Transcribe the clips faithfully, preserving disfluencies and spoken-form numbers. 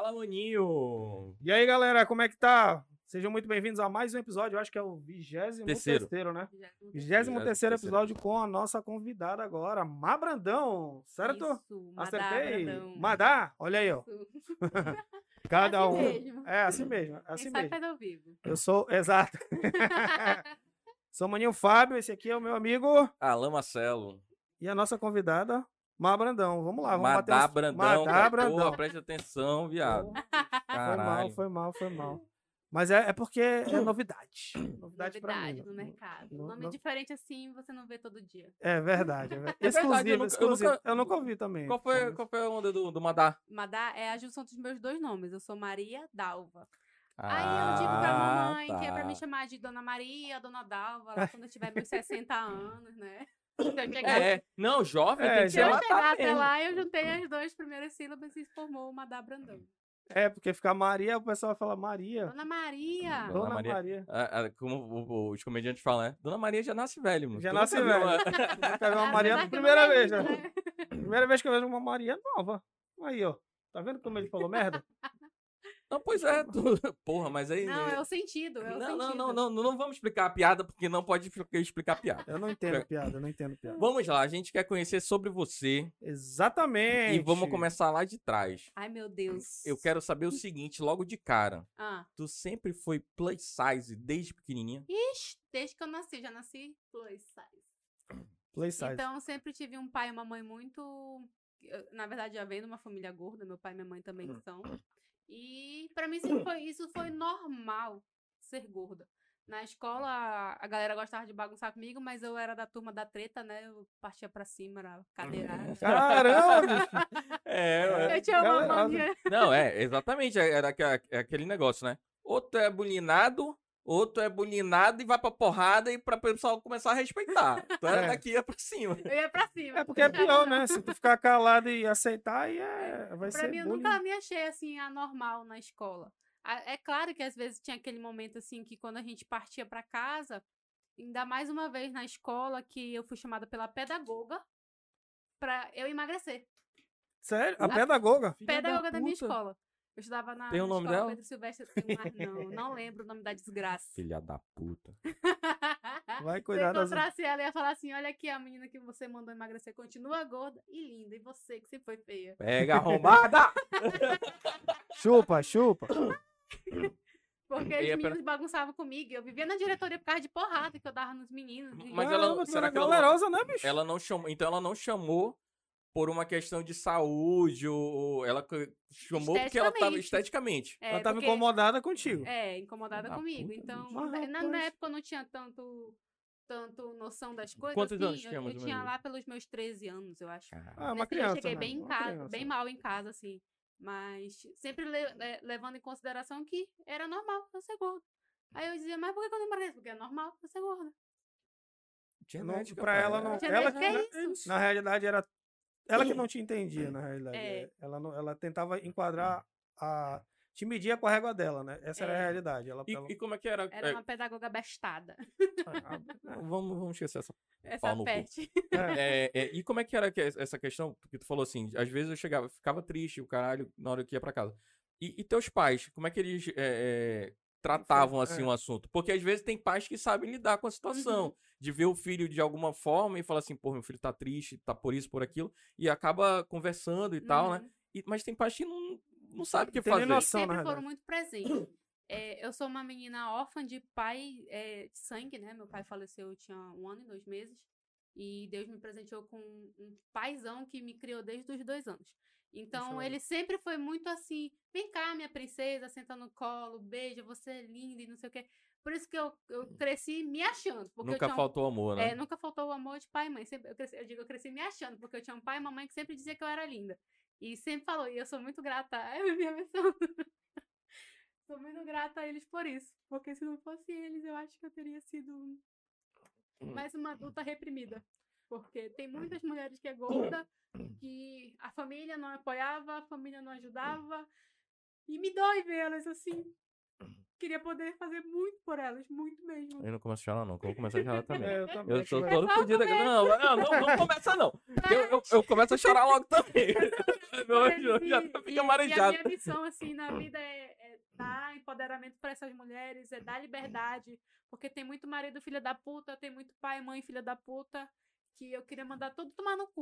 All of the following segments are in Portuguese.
Fala, maninho! E aí, galera, como é que tá? Sejam muito bem-vindos a mais um episódio, eu acho que é o vigésimo Terceiro. terceiro, né? Vigésimo Vigésimo terceiro terceiro episódio com a nossa convidada agora, Má Brandão, certo? Isso, Madá Acertei? Brandão. Madá, olha aí, ó. Isso. Cada assim um. mesmo. É assim mesmo, é Quem assim sabe mesmo. faz ao vivo. Eu sou, exato. Sou o Maninho Fábio, esse aqui é o meu amigo Alain Marcelo. e a nossa convidada, Má Brandão. Vamos lá, vamos bater Madá uns... Brandão. Madá cara. Brandão. Porra, preste atenção, viado. Foi mal, Caralho. foi mal, foi mal. Mas é, é porque é novidade. Novidade, pra mim. Novidade no mercado. No- Nome no- diferente assim você não vê todo dia. É verdade. É verdade. É verdade, eu Exclusivo, nunca- eu exclusivo. nunca- Eu nunca ouvi também. Qual foi, qual foi a onda do, do Madá? Madá é a junção dos meus dois nomes. Eu sou Maria Dalva. Ah, Aí eu digo pra mamãe tá. que é pra me chamar de Dona Maria, Dona Dalva, lá quando eu tiver meus sessenta anos, né? Se eu chegar, É, não, jovem É, tem que se ser eu já- Madá chegar até mesmo. lá, eu juntei as duas primeiras sílabas e se formou o Madá Brandão. É, porque ficar Maria, o pessoal vai falar Maria. Dona Maria! Dona Dona Maria. Maria. Ah, ah, como o- o- os comediantes falam, né? Dona Maria já nasce velho, mano. Já Tu nasce nunca viu velho. uma- Nunca vi uma Às Maria vezes na aquilo primeira não é vez, isso, né? né? Primeira vez que eu vejo uma Maria nova. Aí, ó. Tá vendo como ele falou merda? Não, pois é. tu- Porra, mas aí... Não, é o sentido, é o não, sentido. não, não, não, não vamos explicar a piada, porque não pode explicar a piada. Eu não entendo piada, eu não entendo piada. Vamos lá, a gente quer conhecer sobre você Exatamente. e vamos começar lá de trás. Ai, meu Deus. Eu quero saber o seguinte, logo de cara. Ah, Tu sempre foi plus size desde pequenininha? ixi, desde que eu nasci, já nasci plus size. Play size. Então, eu sempre tive um pai e uma mãe muito... eu, na verdade, já venho de uma família gorda, meu pai e minha mãe também são. E pra mim sempre foi, isso foi normal, ser gorda. Na escola, a galera gostava de bagunçar comigo, mas eu era da turma da treta, né? Eu partia pra cima, era cadeirada. Caramba, bicho. É, Eu tinha uma Galera, mania. não, é, exatamente, era aque- é aquele negócio, né? Outro é bulinado, outro é bulinado e vai pra porrada e pra pessoal começar a respeitar. Então era É. daqui ia pra cima. Eu ia pra cima. É porque é pior, né? Se tu ficar calado e aceitar, aí é... vai Pra ser mim, eu bullying. nunca me achei, assim, anormal na escola. A- É claro que às vezes tinha aquele momento, assim, que quando a gente partia pra casa, ainda mais uma vez na escola, que eu fui chamada pela pedagoga pra eu emagrecer. Sério? A A- pedagoga? Filha Pedagoga da minha puta. escola. Eu estudava na, Tem o na nome escola dela? Pedro Silvestre. Tem um, não, não lembro o nome da desgraça. Filha da puta. Vai Se cuidar eu das... encontrasse ela, ia falar assim, olha aqui a menina que você mandou emagrecer, continua gorda e linda. E você, que sempre foi feia. Pega arrombada! Chupa, chupa. Porque E os é pra- meninos bagunçavam comigo. Eu vivia na diretoria por causa de porrada que eu dava nos meninos. E- Mas ela- Caramba, tu será era que ela não- galerosa, né, bicho? Ela não chamou, então ela não chamou por uma questão de saúde, ou ou ela c- chamou porque ela tava Esteticamente. esteticamente. É, Ela tava porque- incomodada contigo. É, incomodada Ah, comigo. puta, Então, Mas, na, na rapaz. época eu não tinha tanto, tanto noção das coisas. Quantos assim, anos eu, tinha, mais eu ou tinha menos? lá pelos meus treze anos, eu acho. Ah, Nesse uma dia eu criança, cheguei né? bem, em Uma casa, criança. bem mal em casa, assim. Mas sempre le- le- levando em consideração que era normal eu ser gorda. Aí eu dizia, mas por que que eu não emagreço? Porque é normal eu ser gorda. Não, Genética, pra pai, ela é. não. Genética Ela, é na, isso. na realidade, era. Ela que não te entendia, na realidade. É. É, Ela, não, ela tentava enquadrar a. Te media com a régua dela, né? Essa era a É. realidade. Ela, E, ela- e como é que era? Era É, uma pedagoga bestada. vamos, vamos esquecer essa. Essa Pau no cu. peste. é, É, é, e como é que era que- essa questão? Porque tu falou assim, às vezes eu chegava, ficava triste, o caralho, na hora que ia pra casa. E, e teus pais, como é que eles é, é, tratavam assim É. o assunto? Porque às vezes tem pais que sabem lidar com a situação, Uhum. de ver o filho de alguma forma e falar assim, pô, meu filho tá triste, tá por isso, por aquilo, e acaba conversando e tal, né? Uhum. E- mas tem pais que não, não sabem o que Tem nem fazer. noção. na Sempre foram realidade. muito presentes. É, eu sou uma menina órfã de pai é, de sangue, né? Meu pai faleceu, eu tinha um ano e dois meses. E Deus me presenteou com um paizão que me criou desde os dois anos. Então, Puxa ele sempre foi muito assim, vem cá, minha princesa, senta no colo, beija, você é linda e não sei o quê. Por isso que eu, eu cresci me achando. Porque eu Nunca tinha um- faltou amor, né? É, nunca faltou o amor de pai e mãe. Sempre, eu, cresci, eu digo, eu cresci me achando, porque eu tinha um pai e uma mãe que sempre dizia que eu era linda. E sempre falou, e eu sou muito grata. Ai, minha versão. Sou muito grata a eles por isso. Porque se não fosse eles, eu acho que eu teria sido mais uma adulta reprimida. Porque tem muitas mulheres que é gorda, que a família não apoiava, a família não ajudava. E me dói vê-las assim. queria poder fazer muito por elas, muito mesmo. Eu não começo a chorar, não, que eu vou começar a chorar também. É, eu também. Eu acho tô que vai- todo fodido aqui. Não, não, não, não começa não. Eu, eu, eu começo a chorar logo também. Meu Mas, anjo já e- fica e- marejado. E a minha missão, assim, na vida é, é dar empoderamento para essas mulheres, é dar liberdade. Porque tem muito marido filha da puta, tem muito pai e mãe filha da puta, que eu queria mandar todo tomar no cu.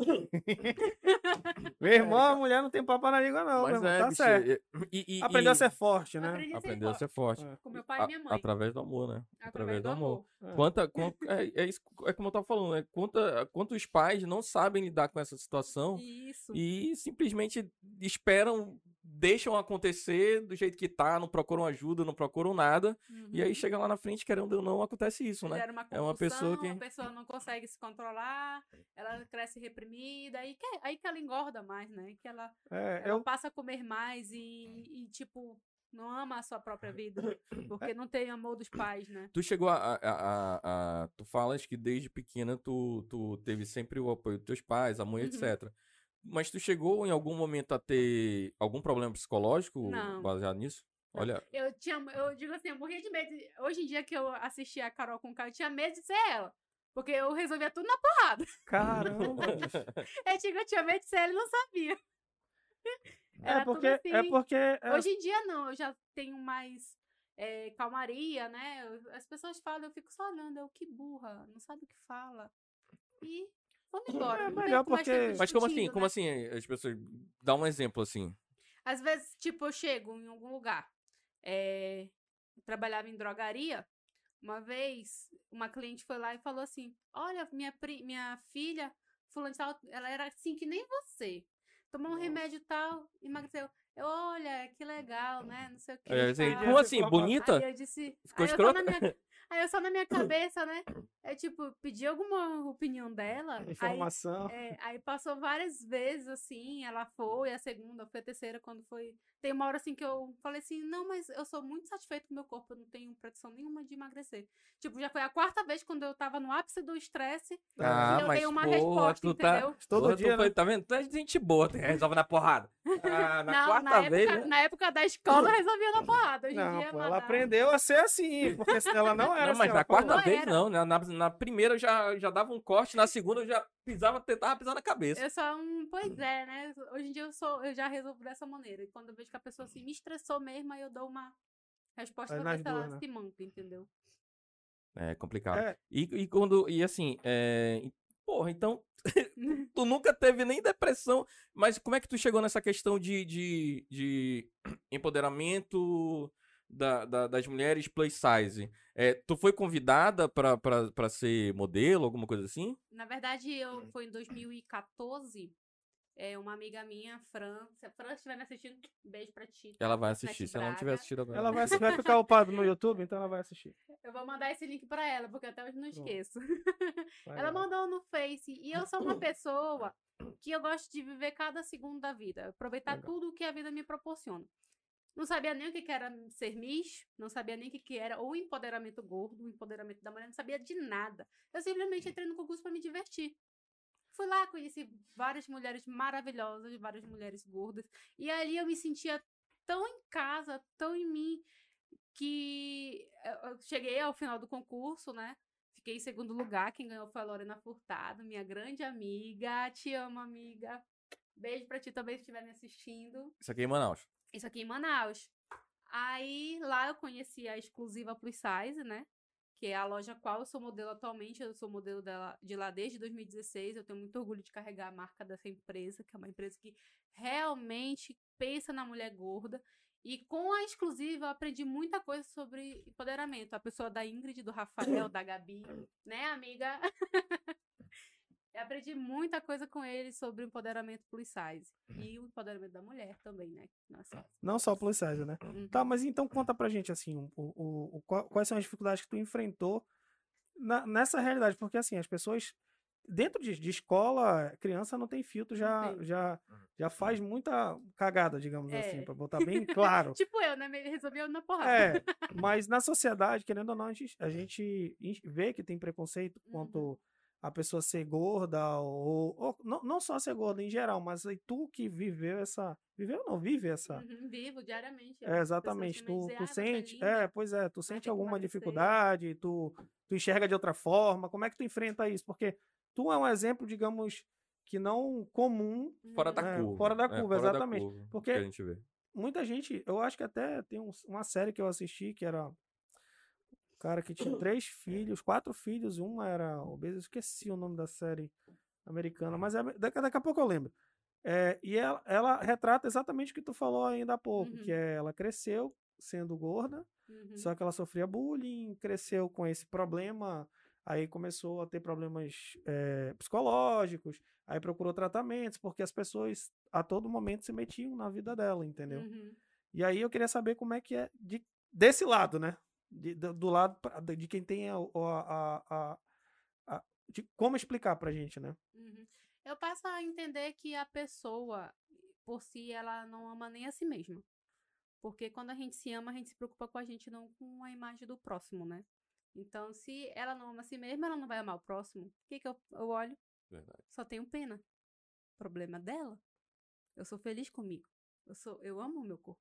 Meu irmão, a mulher não tem papo na língua, não, meu Mas irmão. é, Tá bicho, certo. e, e- Aprendeu a e- ser forte, né? Aprendi a ser aprendeu a forte, ser forte. É. com meu pai e minha mãe. A- através do amor, né? Através do amor. É. Quanta, quanta- é, é isso, é como eu tava falando, né? Quanta, quantos pais não sabem lidar com essa situação Isso. e simplesmente esperam, deixam acontecer do jeito que tá, não procuram ajuda, não procuram nada, e aí Uhum. chega lá na frente, querendo ou não, acontece isso, né? Gera uma É uma pessoa compulsão, que- a pessoa não consegue se controlar, ela cresce reprimida, aí que, aí que ela engorda mais, né? Que ela, É, ela eu, passa a comer mais e, e, tipo, não ama a sua própria vida, porque não tem amor dos pais, né? Tu chegou a, a, a- a- Tu falas que desde pequena tu, tu teve sempre o apoio dos teus pais, a mãe, Uhum. etcétera. Mas tu chegou em algum momento a ter algum problema psicológico Não. baseado nisso? Não. Olha, Eu tinha, eu digo assim, eu morria de medo. de- Hoje em dia que eu assisti a Carol com K, eu tinha medo de ser ela. Porque eu resolvia tudo na porrada. caramba. bicho. Eu, digo, eu tinha medo de ser ela e não sabia. É Era porque, tudo é assim. porque é, Hoje em dia não, eu já tenho mais é, calmaria, né? Eu- As pessoas falam, eu fico só olhando, eu que burra, não sabe o que fala. E vamos embora. É não melhor perco mais porque- tempo mas como assim? discutindo, Como né? assim as pessoas... Dá um exemplo assim. Às vezes, tipo, eu chego em algum lugar, é, eu trabalhava em drogaria, uma vez uma cliente foi lá e falou assim, olha, minha, pri- minha filha, fulana de tal, ela era assim que nem você, tomou um Nossa. remédio tal, emagreceu. Eu, olha, que legal, né, não sei o que. É, assim, tal. como assim? Bonita? Aí eu disse. Ficou aí, eu só escrota? na minha, aí eu só na minha cabeça, né? É tipo, pedi alguma opinião dela. Aí, informação. é, aí passou várias vezes assim, ela foi, a segunda, foi a terceira, quando foi. Tem uma hora assim que eu falei assim: não, mas eu sou muito satisfeito com o meu corpo, eu não tenho pretensão nenhuma de emagrecer. Tipo, já foi a quarta vez quando eu tava no ápice do estresse. Ah, E eu mas dei uma porra, resposta, tu tá... entendeu? Todo porra, tu dia, foi- né? Tá vendo? Tu é gente boa, tu resolve na porrada. Ah, na Não, quarta na, vez, época, né? na época da escola eu resolvia na porrada. Hoje em Não, dia, pô, ela mandar- aprendeu a ser assim, porque senão ela não era Não, assim. mas ela na quarta falou. Não vez era. não. Na, na, na primeira eu já, já dava um corte, na segunda eu já pisava, tentava pisar na cabeça. Eu só um, pois é, né? Hoje em dia eu sou, eu já resolvo dessa maneira. E quando eu vejo que a pessoa assim, me estressou mesmo, aí eu dou uma resposta Aí pra nas ver se ela duas, né? se manca, entendeu? É complicado. É, E, e quando. E assim, é... porra, então. Tu nunca teve nem depressão. Mas como é que tu chegou nessa questão de, de, de empoderamento da, da- das mulheres plus size? É, tu foi convidada pra, pra, pra ser modelo, alguma coisa assim? Na verdade, eu foi em dois mil e quatorze. É, uma amiga minha, Fran. Se a Fran estiver me assistindo, beijo pra ti. tá? Ela vai Nath assistir. Se ela não Braga. tiver assistido agora. ela vai, vai ficar upado no YouTube, então ela vai assistir. Eu vou mandar esse link pra ela, porque até hoje não Pronto. esqueço. Vai Ela lá. mandou no Face. E eu sou uma pessoa que eu gosto de viver cada segundo da vida. Aproveitar Legal. tudo que a vida me proporciona. Não sabia nem o que que era ser Miss, não sabia nem o que que era o empoderamento gordo, o empoderamento da mulher, não sabia de nada. Eu simplesmente entrei no concurso para me divertir. Fui lá, conheci várias mulheres maravilhosas, várias mulheres gordas. E ali eu me sentia tão em casa, tão em mim, que eu eu cheguei ao final do concurso, né? Fiquei em segundo lugar. Quem ganhou foi a Lorena Furtado, minha grande amiga. Te amo, amiga. Beijo pra ti também, se estiver me assistindo. Isso aqui é em Manaus. Isso aqui em Manaus. Aí lá eu conheci a exclusiva Plus Size, né? Que é a loja qual eu sou modelo atualmente. Eu sou modelo dela, de lá desde dois mil e dezesseis. Eu tenho muito orgulho de carregar a marca dessa empresa, que é uma empresa que realmente pensa na mulher gorda. E com a exclusiva eu aprendi muita coisa sobre empoderamento. A pessoa da Ingrid, do Rafael, da Gabi, né, amiga? Eu aprendi muita coisa com eles sobre o empoderamento plus size. E o empoderamento da mulher também, né? Nossa. Não só plus size, né? Uhum. Tá, mas então conta pra gente, assim, o, o, o, qual- quais são as dificuldades que tu enfrentou na- nessa realidade, porque assim, as pessoas dentro de, de escola, criança não tem filtro, já, tem. já, já faz muita cagada, digamos É. assim, pra botar bem claro. Tipo eu, né? Me resolvi eu na porrada. É, mas na sociedade, querendo ou não, a gente, a gente vê que tem preconceito quanto a pessoa ser gorda, ou, ou não, não só ser gorda em geral, mas aí tu que viveu essa. Viveu não, vive essa. Uhum, vivo diariamente. É, exatamente. Tu, tu sente. É, pois é, tu sente alguma dificuldade, tu, tu enxerga de outra forma. Como é que tu enfrenta isso? Porque tu é um exemplo, digamos, que não comum. Fora da né, curva. Fora da É, curva, fora da exatamente. curva que a Porque gente vê. muita gente, eu acho que até tem um- uma série que eu assisti que era um cara que tinha três filhos, quatro filhos, uma era obesa, eu esqueci o nome da série americana, mas é, daqui, daqui a pouco eu lembro. É, e ela, ela retrata exatamente o que tu falou ainda há pouco, Uhum. que é ela cresceu sendo gorda, Uhum. só que ela sofria bullying, cresceu com esse problema, aí começou a ter problemas é, psicológicos, aí procurou tratamentos, porque as pessoas a todo momento se metiam na vida dela, entendeu? Uhum. E aí eu queria saber como é que é de, desse lado, né? De, do, do lado pra- de quem tem a, a, a, a, a de como explicar pra gente, né? Uhum. Eu passo a entender que a pessoa, por si, ela não ama nem a si mesma. Porque quando a gente se ama, a gente se preocupa com a gente, não com a imagem do próximo, né? Então, se ela não ama a si mesma, ela não vai amar o próximo. O que, que eu, eu olho? Verdade. Só tenho pena. Problema dela. Eu sou feliz comigo. Eu, sou, eu amo o meu corpo.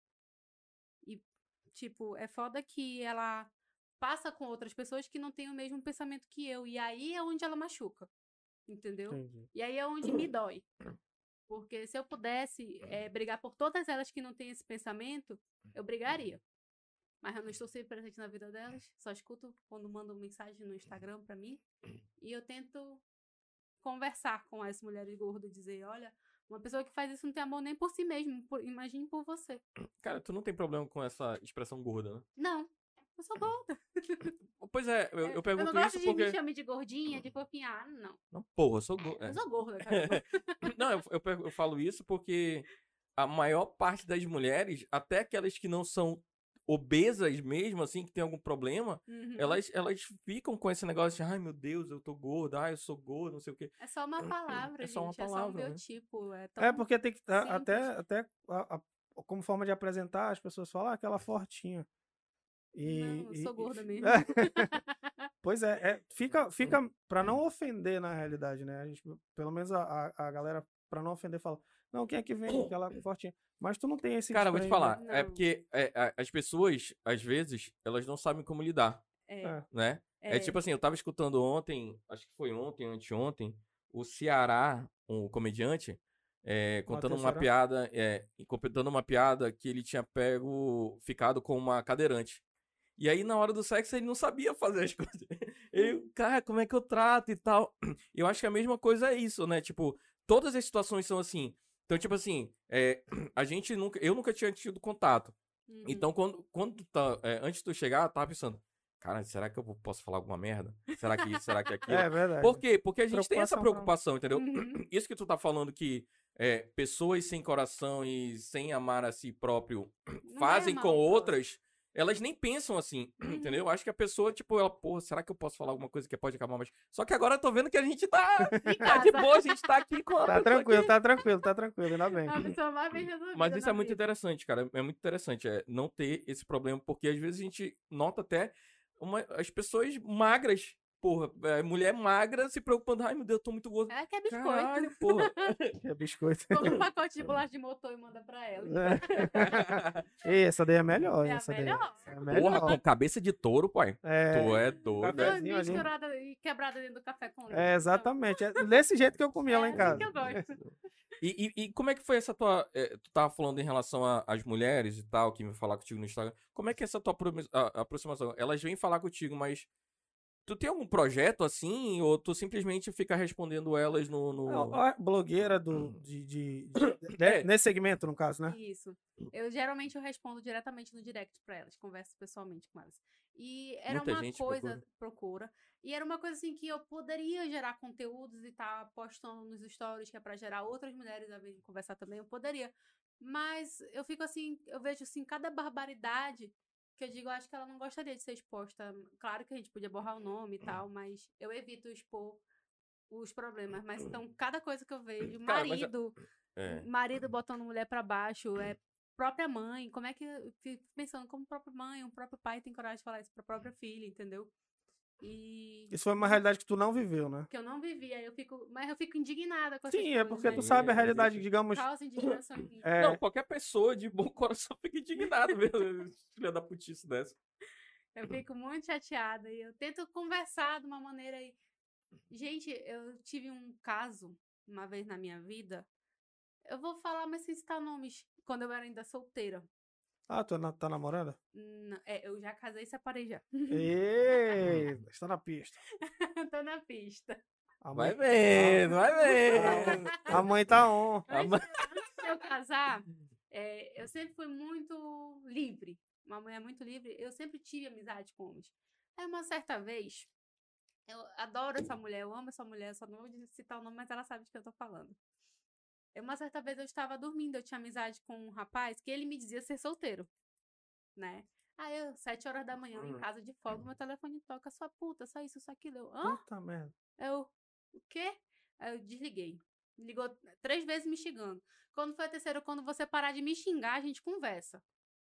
E, tipo, é foda que ela passa com outras pessoas que não têm o mesmo pensamento que eu. E aí é onde ela machuca. Entendeu? Entendi. E aí é onde me dói. Porque se eu pudesse é, brigar por todas elas que não têm esse pensamento, eu brigaria. Mas eu não estou sempre presente na vida delas. Só escuto quando mandam mensagem no Instagram pra mim. E eu tento conversar com as mulheres gordas. Dizer, olha, uma pessoa que faz isso não tem amor nem por si mesmo. Por, imagine por você. Cara, tu não tem problema com essa expressão gorda, né? Não. Eu sou gorda. Pois é, eu, eu pergunto eu não gosto isso de porque... me chamar de gordinha, de fofinha. Ah, não. Não, porra, eu sou gorda. Eu sou gorda, cara. Não, eu, eu, pergu- eu falo isso porque a maior parte das mulheres, até aquelas que não são obesas mesmo, assim, que tem algum problema, Uhum. elas, elas ficam com esse negócio de, ai meu Deus, eu tô gorda, ai eu sou gorda, não sei o quê. É só uma palavra, É gente. só uma É só um palavra, né? biotipo. É, tão É, porque tem que. a- simples. Até, até a- a- como forma de apresentar, as pessoas falam ah, aquela fortinha. E, Não, eu e- sou e gorda fi- mesmo. Pois é, é, fica, fica para não ofender na realidade, né? A gente, pelo menos a, a, a galera, pra não ofender, fala: não, quem é que vem aquela fortinha? Mas tu não tem esse Cara, vou te desprendimento. falar, é Não. porque é, a- as pessoas, às vezes, elas não sabem como lidar, É, É. né? É. é. tipo assim, eu tava escutando ontem, acho que foi ontem, anteontem, o Ceará, um comediante, é, contando Matheus uma Ceará? piada, é, contando uma piada que ele tinha pego, ficado com uma cadeirante. E aí, na hora do sexo, ele não sabia fazer as coisas. Ele, cara, como é que eu trato e tal? Eu acho que a mesma coisa é isso, né? Tipo, todas as situações são assim. Então, tipo assim, é, a gente nunca. Eu nunca tinha tido contato. Uhum. Então, quando, quando tu tá, é, antes de tu chegar, eu tava pensando, cara, será que eu posso falar alguma merda? Será que isso? Será que aquilo? É verdade. Por quê? Porque a gente tem essa Preocupação pra- preocupação, entendeu? Uhum. Isso que tu tá falando que é, pessoas sem coração e sem amar a si próprio Não fazem vai com amar o outras, elas nem pensam assim, Uhum. entendeu? Acho que a pessoa, tipo, ela, porra, será que eu posso falar alguma coisa que pode acabar mais? Só que agora eu tô vendo que a gente tá, Em tá de casa. boa, a gente tá aqui com a Tá pessoa tranquilo, aqui. tá tranquilo, tá tranquilo, ainda bem. É a pessoa mais bem resolvida. Mas isso na é muito vida. interessante, cara. É muito interessante é, não ter esse problema, porque às vezes a gente nota até uma, as pessoas magras, porra, é, mulher magra se preocupando, ai meu Deus, eu tô muito gordo. Ela quer biscoito. Caralho, porra. É biscoito. Compra um pacote de bolacha de motor e manda pra ela. Ei, essa daí é melhor. É a essa daí melhor. É a Porra, melhor. com cabeça de touro, pai. É, Tu é doido. Café- é. Cafezinho ali. Misturada e quebrada dentro do café com leite. é, exatamente. É desse jeito que eu comia É lá em assim casa. que eu gosto. E, e, e como é que foi essa tua. eh, tu tava falando em relação a- às mulheres e tal, que vêm falar contigo no Instagram. Como é que é essa tua apro- a- aproximação? Elas vêm falar contigo, mas. Tu tem algum projeto assim? Ou tu simplesmente fica respondendo elas no. no... A blogueira do, de, de- de- de- É. nesse segmento, no caso, né? Isso. Eu geralmente eu respondo diretamente no direct pra elas, converso pessoalmente com elas. E era Muita uma gente coisa, procura. E era uma coisa assim que eu poderia gerar conteúdos e estar postando nos stories, que é pra gerar outras mulheres a virem conversar também, eu poderia. Mas eu fico assim, eu vejo assim, cada barbaridade que eu digo, eu acho que ela não gostaria de ser exposta. Claro que a gente podia borrar o nome e tal, mas eu evito expor os problemas. Mas então, cada coisa que eu vejo, Cara, mas a- marido, É. marido botando mulher pra baixo, é própria mãe, como é que eu fico pensando como própria mãe, um próprio pai tem coragem de falar isso pra própria filha, entendeu? E Isso foi uma realidade que tu não viveu, né? que eu não vivia, eu fico, mas eu fico indignada com essas Sim, coisas. é porque né? tu sabe a É, realidade, existe. digamos. Causa indignação em mim. É, Não, qualquer pessoa de bom coração fica indignado mesmo. Filha da putice dessa. Eu fico muito chateada e eu tento conversar de uma maneira aí. Gente, eu tive um caso uma vez na minha vida. Eu vou falar, mas sem citar nomes. Quando eu era ainda solteira. Ah, tu é na- tá namorando? N- É, eu já casei e separei já. Ei, está na pista. Tô na pista. A Vai mãe, vendo, vai vendo. a mãe tá on. A Antes, ma- de, antes de eu casar, é, eu sempre fui muito livre. Uma mulher muito livre. Eu sempre tive amizade com homens. Aí uma certa vez, eu adoro essa mulher, eu amo essa mulher, só não vou citar o nome, mas ela sabe de que eu tô falando. Uma certa vez eu estava dormindo, eu tinha amizade com um rapaz que ele me dizia ser solteiro, né? Aí eu, sete horas da manhã, em casa de folga, meu telefone toca, sua puta, só isso, só aquilo. Eu, hã? Puta merda. Eu, o quê? Aí eu desliguei. Ligou três vezes me xingando. Quando foi a terceira, quando você parar de me xingar, a gente conversa.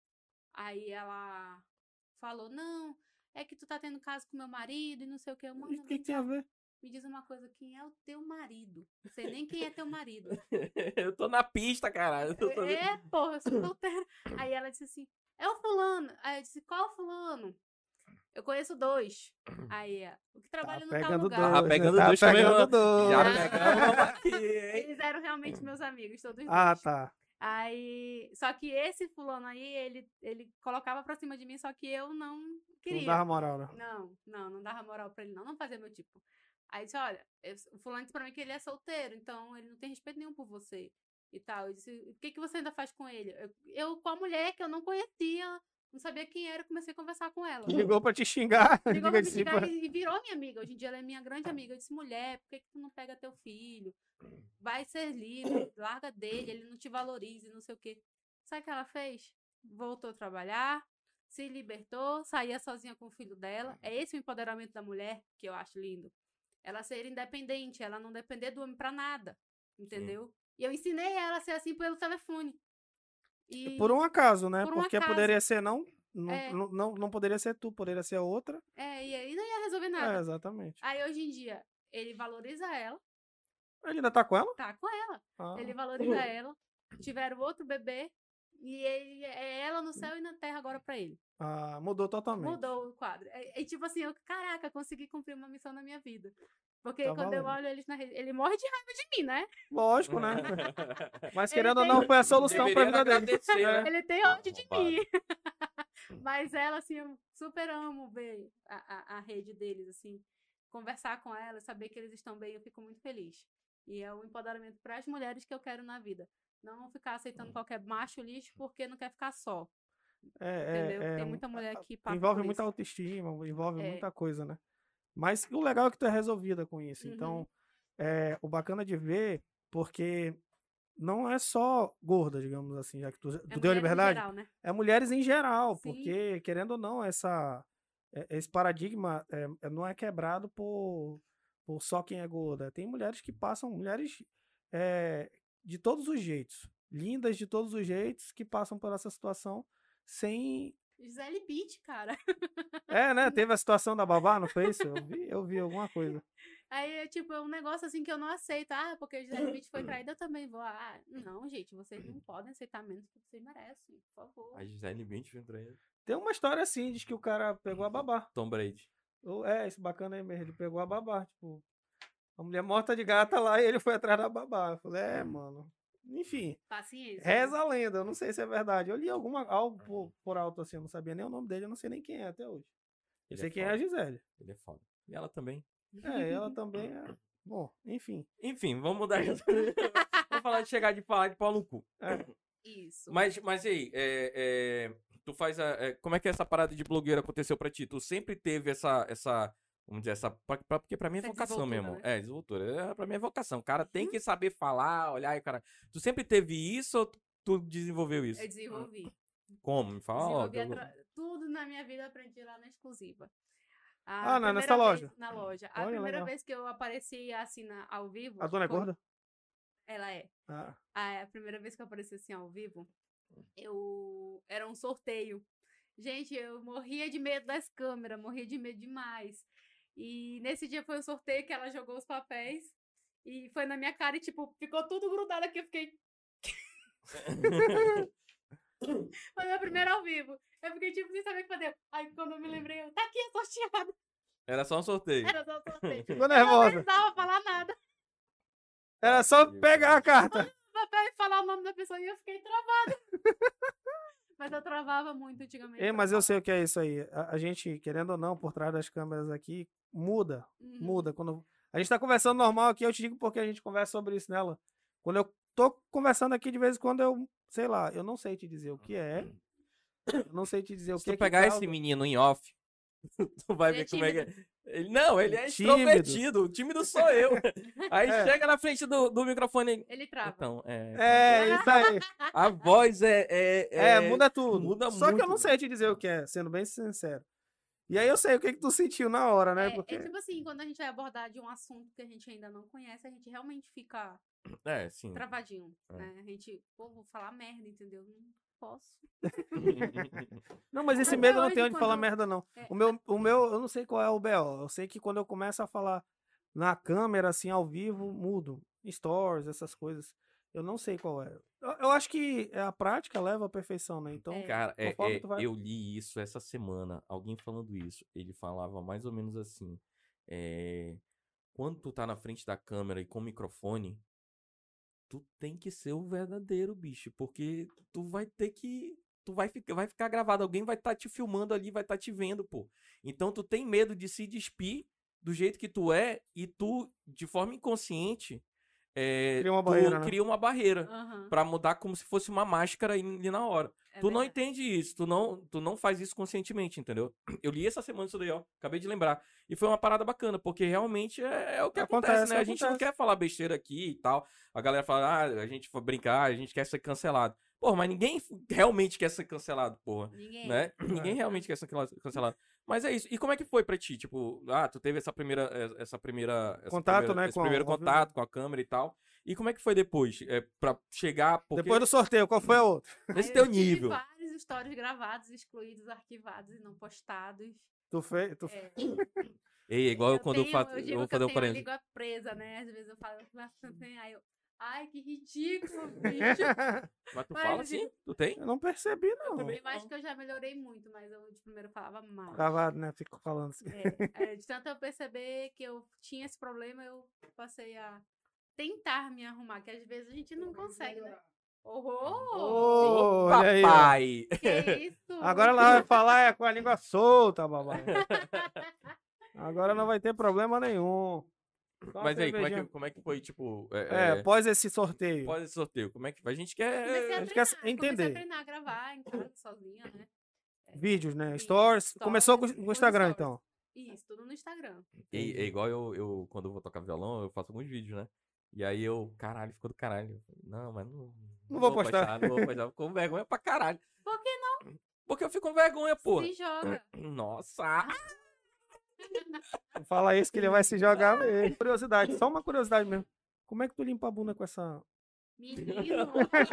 Aí ela falou, não, é que tu tá tendo caso com meu marido e não sei o que. Eu, E mano, o que, vem que tem a cá, ver? me diz uma coisa, quem é o teu marido? Não sei nem quem é teu marido. Eu tô na pista, caralho. Eu tô- É, porra, eu sou solteira. Aí ela disse assim, é o fulano. Aí eu disse, qual fulano? Eu conheço dois. Aí, é, o que trabalha Tá no tal pegando lugar. Tá dois. pegando tá dois também, pegando ó. dois. Já Não. pegamos aqui, hein? Eles eram realmente meus amigos, todos dois. Ah, tá. Aí, só que esse fulano aí, ele, ele colocava pra cima de mim, só que eu não queria. Não dava moral, né? Não, não, não dava moral pra ele, não. Não fazia meu tipo. Aí disse, olha, eu- o fulano disse pra mim que ele é solteiro, então ele não tem respeito nenhum por você. E tal. Eu disse, o que, que você ainda faz com ele? Eu, eu com a mulher que eu não conhecia, não sabia quem era, comecei a conversar com ela. Ligou pra te xingar. Ligou diga pra me assim, xingar pô. e, e virou minha amiga. Hoje em dia ela é minha grande amiga. Eu disse, mulher, por que, que tu não pega teu filho? Vai ser livre, larga dele, ele não te valoriza, e não sei o quê. Sabe o que ela fez? Voltou a trabalhar, se libertou, saía sozinha com o filho dela. É esse o empoderamento da mulher que eu acho lindo. Ela ser independente, ela não depender do homem pra nada, entendeu? E eu ensinei ela a ser assim pelo telefone. E, Por um acaso, né? Por um Porque acaso. poderia ser não. Não, É. não, não, não poderia ser tu, poderia ser outra. É, e aí não ia resolver É, nada. exatamente. Aí hoje em dia, ele valoriza ela, Ele ainda tá com ela? tá com ela. Ah. Ele valoriza ela. Tiveram outro bebê. E ele, é ela no céu e na terra agora pra ele. Ah, mudou totalmente. Mudou o quadro. É, é tipo assim, eu, caraca, consegui cumprir uma missão na minha vida. Porque Tá quando eu valendo. olho eles na rede, ele morre de raiva de mim, né? Lógico, né? Mas Ele querendo ou tem- não, foi a solução pra Deveria vida dele. agradecer, né? Ele tem ódio de Arrombado. mim. Mas ela, assim, eu super amo ver a, a, a rede deles, assim. Conversar com ela, saber que eles estão bem, eu fico muito feliz. E é o empoderamento para as mulheres que eu quero na vida. Não ficar aceitando qualquer macho lixo porque não quer ficar só. É, Entendeu? é, é, Tem muita mulher que passa envolve por muita isso. autoestima, envolve É. muita coisa, né? Mas o legal é que tu é resolvida com isso. Uhum. Então, é, o bacana de ver, porque não é só gorda, digamos assim, já que tu, tu É deu a mulheres em liberdade, geral, né? é mulheres em geral, Sim. porque, querendo ou não, essa, é- esse paradigma é, é- não é quebrado por, por só quem é gorda. Tem mulheres que passam, mulheres é, de todos os jeitos, lindas de todos os jeitos, que passam por essa situação sem. Gisele Bündchen, cara. É, né? Teve a situação da babá, não foi isso? Eu vi, eu vi alguma coisa. Aí, tipo, é um negócio assim que eu não aceito. Ah, porque a Gisele Bündchen foi traída, eu também vou. Ah, não, gente, vocês não podem aceitar menos do que vocês merecem, por favor. A Gisele Bündchen entrou aí. Tem uma história assim, diz que o cara pegou a babá. Tom Brady. Ou- É, isso bacana aí mesmo. Ele pegou a babá, tipo, a mulher morta de gata lá e ele foi atrás da babá. Eu falei, é, mano. Enfim, Paciência. reza a lenda, eu não sei se é verdade. Eu li alguma, algo por, por alto assim, eu não sabia nem o nome dele, eu não sei nem quem é até hoje. Eu Ele sei é quem é foda. a Gisele. Ele é foda. E ela também. É, ela também é. Bom, enfim. Enfim, vamos mudar. Vamos falar de chegar de falar de pau no cu. Isso. Mas, mas e aí, é, é, tu faz a. é, como é que essa parada de blogueira aconteceu pra ti? Tu sempre teve essa. essa vamos dizer, essa. pra- pra- porque pra mim é Essa vocação desenvoltura, mesmo. né? É, desenvoltura. É, pra mim é vocação. O cara tem que saber falar, olhar e cara. Tu sempre teve isso ou tu desenvolveu isso? Eu desenvolvi. Como? Me fala. ó, Desenvolvi eu- atra- tudo na minha vida eu aprendi lá na exclusiva. Ah, na- primeira nessa vez- loja? Na loja. A Olha, primeira legal. vez que eu apareci assim na- ao vivo. A dona é foi- gorda? Ela é. Ah, A, a primeira vez que eu apareci assim ao vivo, eu era um sorteio. Gente, eu morria de medo das câmeras, morria de medo demais. E nesse dia foi o sorteio que ela jogou os papéis. E foi na minha cara e, tipo, ficou tudo grudado aqui. Eu fiquei. Foi meu primeiro ao vivo. Eu fiquei, tipo, sem saber o que fazer. Aí quando eu me lembrei, eu, tá aqui, é sorteado. Era só um sorteio. Era só sorteio. Ficou Eu não nervosa. precisava falar nada. Era só pegar a carta. Papel e falar o nome da pessoa e eu fiquei travada. Mas eu travava muito antigamente. É, pra mas eu falar. sei o que é isso aí. A, a gente, querendo ou não, por trás das câmeras aqui, muda. Uhum. Muda. Quando a gente tá conversando normal aqui, eu te digo porque a gente conversa sobre isso nela. Quando eu tô conversando aqui, de vez em quando eu, sei lá, eu não sei te dizer o que é. Eu não sei te dizer o Se que tu é que pegar causa. esse menino em off, tu vai Ele é ver como é que é. tímido. Ele, não, ele é Tímido. extrovertido. O tímido sou eu. Aí É. chega na frente do, do microfone. Ele... Ele trava. Então, é. É, isso aí. A voz é. É, É, muda tudo. muda Só que eu muito, não sei te dizer o que é, sendo bem sincero. E aí eu sei o que, que tu sentiu na hora, né? É, Porque é tipo assim, quando a gente vai abordar de um assunto que a gente ainda não conhece, a gente realmente fica É, sim. travadinho, É. né? A gente, pô, vou falar merda, entendeu? Não posso. Não, mas esse Até medo eu não hoje, tem onde falar quando- merda, não. É, O meu, o meu, eu não sei qual é o B O. Eu sei que quando eu começo a falar na câmera, assim, ao vivo, mudo. Stories, essas coisas. Eu não sei qual é. Eu, eu acho que a prática leva à perfeição, né? Então, É. Cara, é, conforme é, tu vai- eu li isso essa semana. Alguém falando isso. Ele falava mais ou menos assim. é, Quando tu tá na frente da câmera e com o microfone, tu tem que ser o verdadeiro, bicho. Porque tu vai ter que. Tu vai ficar, vai ficar gravado. Alguém vai estar te filmando ali, vai estar te vendo, pô. Então tu tem medo de se despir do jeito que tu é e tu, de forma inconsciente, é, Cria uma tu barreira, né? cria uma barreira aham, pra mudar como se fosse uma máscara ali na hora. é tu não verdade. entende isso, tu não, tu não faz isso conscientemente, entendeu? Eu li essa semana isso daí, ó. Acabei de lembrar. E foi uma parada bacana, porque realmente é, é o que acontece, Acontece, né? A gente não acontece. quer falar besteira aqui e tal. A galera fala, ah, a gente for brincar, a gente quer ser cancelado. Porra, mas ninguém realmente quer ser cancelado, porra. Ninguém. Né? Ninguém realmente quer ser cancelado. Mas é isso. E como é que foi pra ti? Tipo, ah, tu teve essa primeira. Essa primeira essa Contato, primeira- né, Esse com a- primeiro ao vivo. contato com a câmera e tal. E como é que foi depois? É, pra chegar. Porque Depois do sorteio, qual foi a outra? nesse Aí teu eu tive nível. vários stories gravados, excluídos, arquivados e não postados. Tu fez. Tu... É. Ei, igual eu, quando eu tenho, faço. eu Eu, digo vou que eu fazer um tenho a parênteses. língua presa, né? Às vezes eu falo assim, aí eu, ai, que ridículo, bicho. Mas tu Mas fala eu assim? digo- Tu tem? Eu não percebi, não. também. Eu acho que eu já melhorei muito, mas eu de primeiro falava mal. Gravado, né? Fico falando assim. É, é, de tanto eu perceber que eu tinha esse problema, eu passei a tentar me arrumar, que às vezes a gente não consegue, né? Oh, Ô, olha aí, ó. Papai! que isso? Agora ela vai falar é, com a língua solta, babá. Agora não vai ter problema nenhum. Só uma Mas aí, como é, cervejinha. que, como é que foi, tipo. É, É, é, após esse sorteio. após esse sorteio? Como é que. A gente Comecei quer. a a gente treinar, quer comecei entender. a treinar, a gravar em casa, sozinha, né? É, Vídeos, né? vídeos, Stories. stories, Começou com com com o os Instagram, stories. então. Isso, tudo no Instagram. É, é igual eu, eu, quando eu vou tocar violão, eu faço alguns vídeos, né? E aí eu, caralho, ficou do caralho. Não, mas não. Não vou postar. Não vou postar. Ficou com vergonha pra caralho. Por que não? Porque eu fico com vergonha, porra. Se joga. Nossa! Fala isso que ele vai se jogar mesmo. Curiosidade, só uma curiosidade mesmo. Como é que tu limpa a bunda com essa. Menino.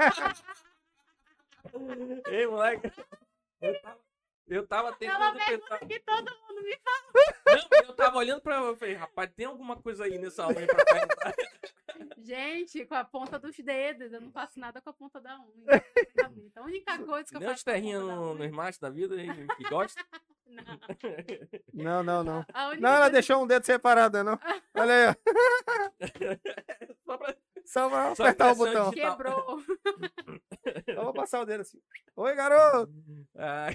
Ei, moleque. Eu tava, eu tava É uma tentando pensar. pergunta que todo mundo me fala. Não, eu tava olhando pra eu falei, rapaz, tem alguma coisa aí nessa unha pra perguntar? Gente, com a ponta dos dedos. Eu não faço nada com a ponta da unha. A única coisa que eu Nem faço os com a terrinhos ponta da no, unha- no Smash da vida aí, que gosta. Não. Não, não, não. A única Não, ela coisa- deixou um dedo separado, não. Olha aí, ó. Só pra... Só pra Só apertar o impressão botão. digital. Quebrou. Só vou passar o dedo assim. Oi, garoto. Ai,